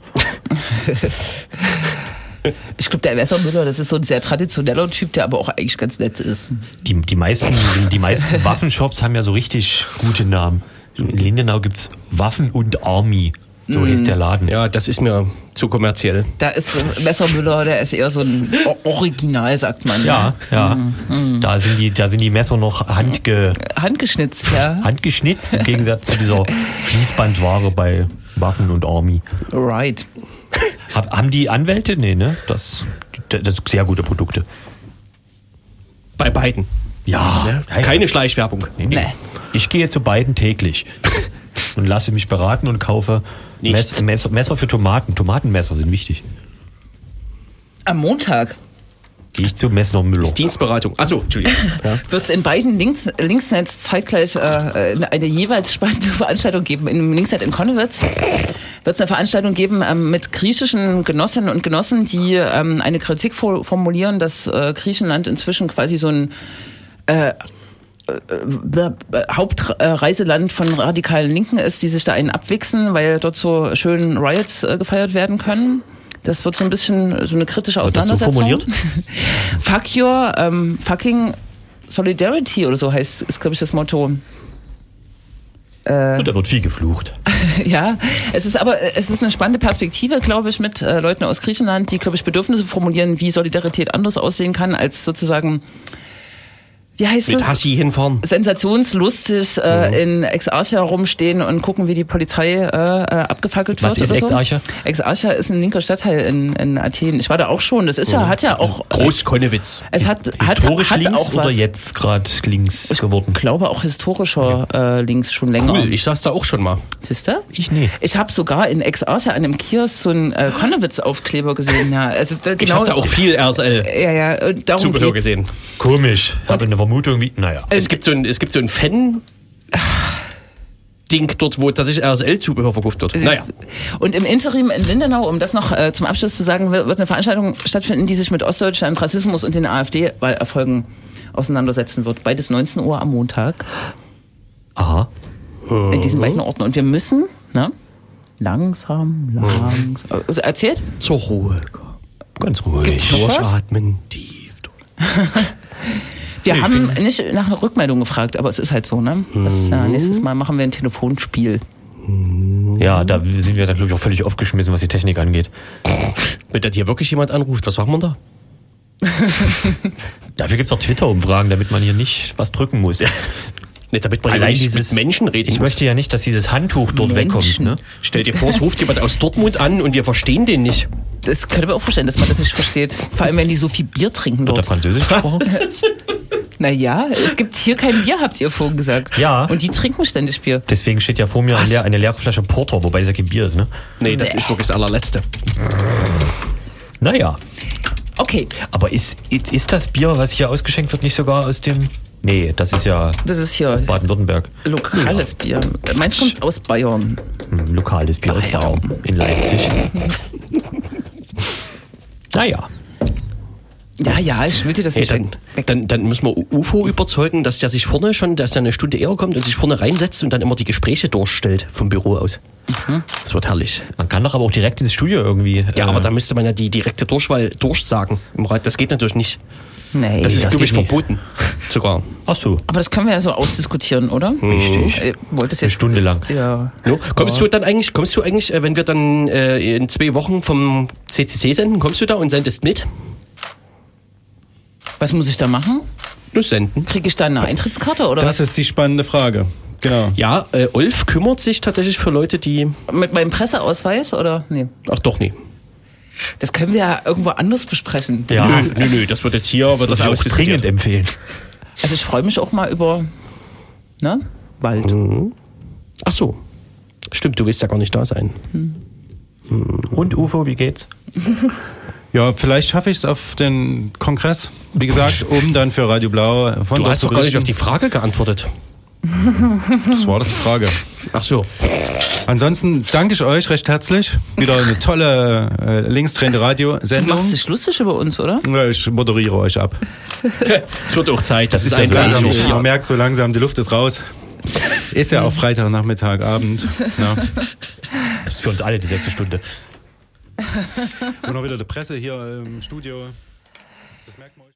Ich glaube, der Messermüller, das ist so ein sehr traditioneller Typ, der aber auch eigentlich ganz nett ist. Die, die, meisten, die meisten Waffenshops haben ja so richtig gute Namen. In Lindenau gibt es Waffen und Army. So heißt der Laden. Ja, das ist mir zu kommerziell. Da ist äh, Messermüller, der ist eher so ein O- Original, sagt man. Ja, ja. Mhm. Da, sind die, da sind die Messer noch handge, Handgeschnitzt, ja. handgeschnitzt, im Gegensatz zu dieser Fließbandware bei Waffen und Army. Right. Hab, haben die Anwälte? Nee, ne? Das, das sind sehr gute Produkte. Bei beiden. Ja, Ja? Keine Schleichwerbung. Nee, nee. Nee. Ich gehe zu beiden täglich und lasse mich beraten und kaufe Nichts. Mess, Messer, Messer für Tomaten. Tomatenmesser sind wichtig. Am Montag Gehe ich zu Messner Müller. Ist Dienstberatung. Achso, Entschuldigung. Ja. wird es in beiden Links, Linksnetz zeitgleich äh, eine jeweils spannende Veranstaltung geben. Im Linksnet in Konnewitz wird es eine Veranstaltung geben ähm, mit griechischen Genossinnen und Genossen, die ähm, eine Kritik for- formulieren, dass äh, Griechenland inzwischen quasi so ein äh, äh, Hauptreiseland von radikalen Linken ist, die sich da einen abwichsen, weil dort so schön Riots äh, gefeiert werden können. Das wird so ein bisschen so eine kritische Wird das so Auseinandersetzung. formuliert? Fuck your ähm, fucking Solidarity oder so heißt, ist glaube ich das Motto. Und da wird viel geflucht. Ja, es ist aber es ist eine spannende Perspektive, glaube ich, mit äh, Leuten aus Griechenland, die, glaube ich, Bedürfnisse formulieren, wie Solidarität anders aussehen kann, als sozusagen, wie heißt Mit es? Hassi hinfahren. Sensationslustig äh, in Exarchia rumstehen und gucken, wie die Polizei äh, äh, abgefackelt wird. Was ist oder so. Exarchia? Exarchia ist ein linker Stadtteil in, in Athen. Ich war da auch schon. Das ist ja, hat ja auch. Groß-Konnewitz. Es hat, hat, Historisch hat links auch oder was, jetzt gerade links geworden? Ich glaube auch historischer äh, links schon länger. Cool, ich saß da auch schon mal. Siehst du? Ich nee. Ich habe sogar in Exarchia an einem Kiosk so einen äh, Konnewitz-Aufkleber gesehen. Ja, es ist, äh, Ich genau, habe da auch viel R S L Ja, ja, und darum Zubehör geht's. gesehen. Komisch. Habe eine Vermutung wie. Naja. Es gibt so ein, es gibt so ein Fan Ding dort, wo tatsächlich R S L-Zubehör verkauft wird. Es Naja. ist- Und im Interim in Lindenau, um das noch äh, zum Abschluss zu sagen, wird, wird eine Veranstaltung stattfinden, die sich mit Ostdeutschland, Rassismus und den AfD-Wahlerfolgen auseinandersetzen wird. Beides neunzehn Uhr am Montag Aha. in diesen beiden Orten. Und wir müssen, ne? Langsam, langsam. Also erzählt? Zur Ruhe. Ganz ruhig. noch was? Durchatmen, tief durch. Wir Nee, ich haben nicht nach einer Rückmeldung gefragt, aber es ist halt so, ne? Das, ja, nächstes Mal machen wir ein Telefonspiel. Ja, da sind wir dann, glaube ich, auch völlig aufgeschmissen, was die Technik angeht. Wenn da hier wirklich jemand anruft, was machen wir da? Dafür gibt es auch Twitter-Umfragen, damit man hier nicht was drücken muss. Ne, damit man Allein nicht dieses, mit Menschen reden Ich muss. möchte ja nicht, dass dieses Handtuch dort Menschen. wegkommt. Ne? Stell dir vor, es ruft jemand aus Dortmund an und wir verstehen den nicht. Das könnte man auch vorstellen, dass man das nicht versteht. Vor allem, wenn die so viel Bier trinken Wird da dort. Französisch gesprochen? Naja, es gibt hier kein Bier, habt ihr vorhin gesagt. Ja. Und die trinken ständig Bier. Deswegen steht ja vor mir eine, leer- eine leere Flasche Porter, wobei das ja kein Bier ist. Ne? Nee, das ist wirklich das allerletzte. Naja, Okay, aber ist, ist, ist das Bier, was hier ausgeschenkt wird, nicht sogar aus dem... Nee, das ist ja das ist hier Baden-Württemberg. lokales Bier. Meins kommt aus Bayern. Hm, lokales Bier aus Bayern. Bayern in Leipzig. Naja, Ja, ja, ich will dir das Hey, nicht dann, weg. dann, dann müssen wir U F O überzeugen, dass der sich vorne schon, dass der eine Stunde eher kommt und sich vorne reinsetzt und dann immer die Gespräche durchstellt vom Büro aus. Das wird herrlich. man kann doch aber auch direkt ins Studio irgendwie... Ja, äh, aber da müsste man ja die direkte Durchwahl durchsagen im Rat. Das geht natürlich nicht. Nee. Das ist, das glaube ich, geht nie. verboten. Sogar. Ach so, Aber das können wir ja so ausdiskutieren, oder? richtig. Äh, wolltest Eine jetzt. Stunde lang. Ja. No? Kommst du dann eigentlich, kommst du eigentlich, äh, wenn wir dann äh, in zwei Wochen vom C C C senden, kommst du da und sendest mit? Was muss ich da machen? Nur senden. Kriege ich da eine Eintrittskarte oder Das ist die spannende Frage. Genau. Ja, äh, Ulf kümmert sich tatsächlich für Leute, die. was? Mit meinem Presseausweis oder? Nee. Ach doch, nee. Das können wir ja irgendwo anders besprechen. Ja, Nö, nö, nö, das wird jetzt hier, das wird würde das ich auch ausdiskutiert. dringend empfehlen. Also ich freue mich auch mal über ne? Wald. Ach so. Stimmt, du willst ja gar nicht da sein. Und U F O, wie geht's? Ja, vielleicht schaffe ich es auf den Kongress. Wie gesagt, um dann für Radio Blau von Du dort hast zu doch gar nicht auf berichten. die Frage geantwortet. Das war doch die Frage. Ach so. Ansonsten danke ich euch recht herzlich. Wieder eine tolle äh, linksdrehende Du Radiosendung. machst dich lustig über uns, oder? Ja, ich moderiere euch ab. Es wird auch Zeit. Das, ist ist ja so einfach langsam, so. Man merkt so langsam, die Luft ist raus. Ist ja auch Freitagnachmittag, Abend. Ja. Das ist für uns alle die sechste Stunde. Und auch wieder die Presse hier im Studio. Das merkt man euch.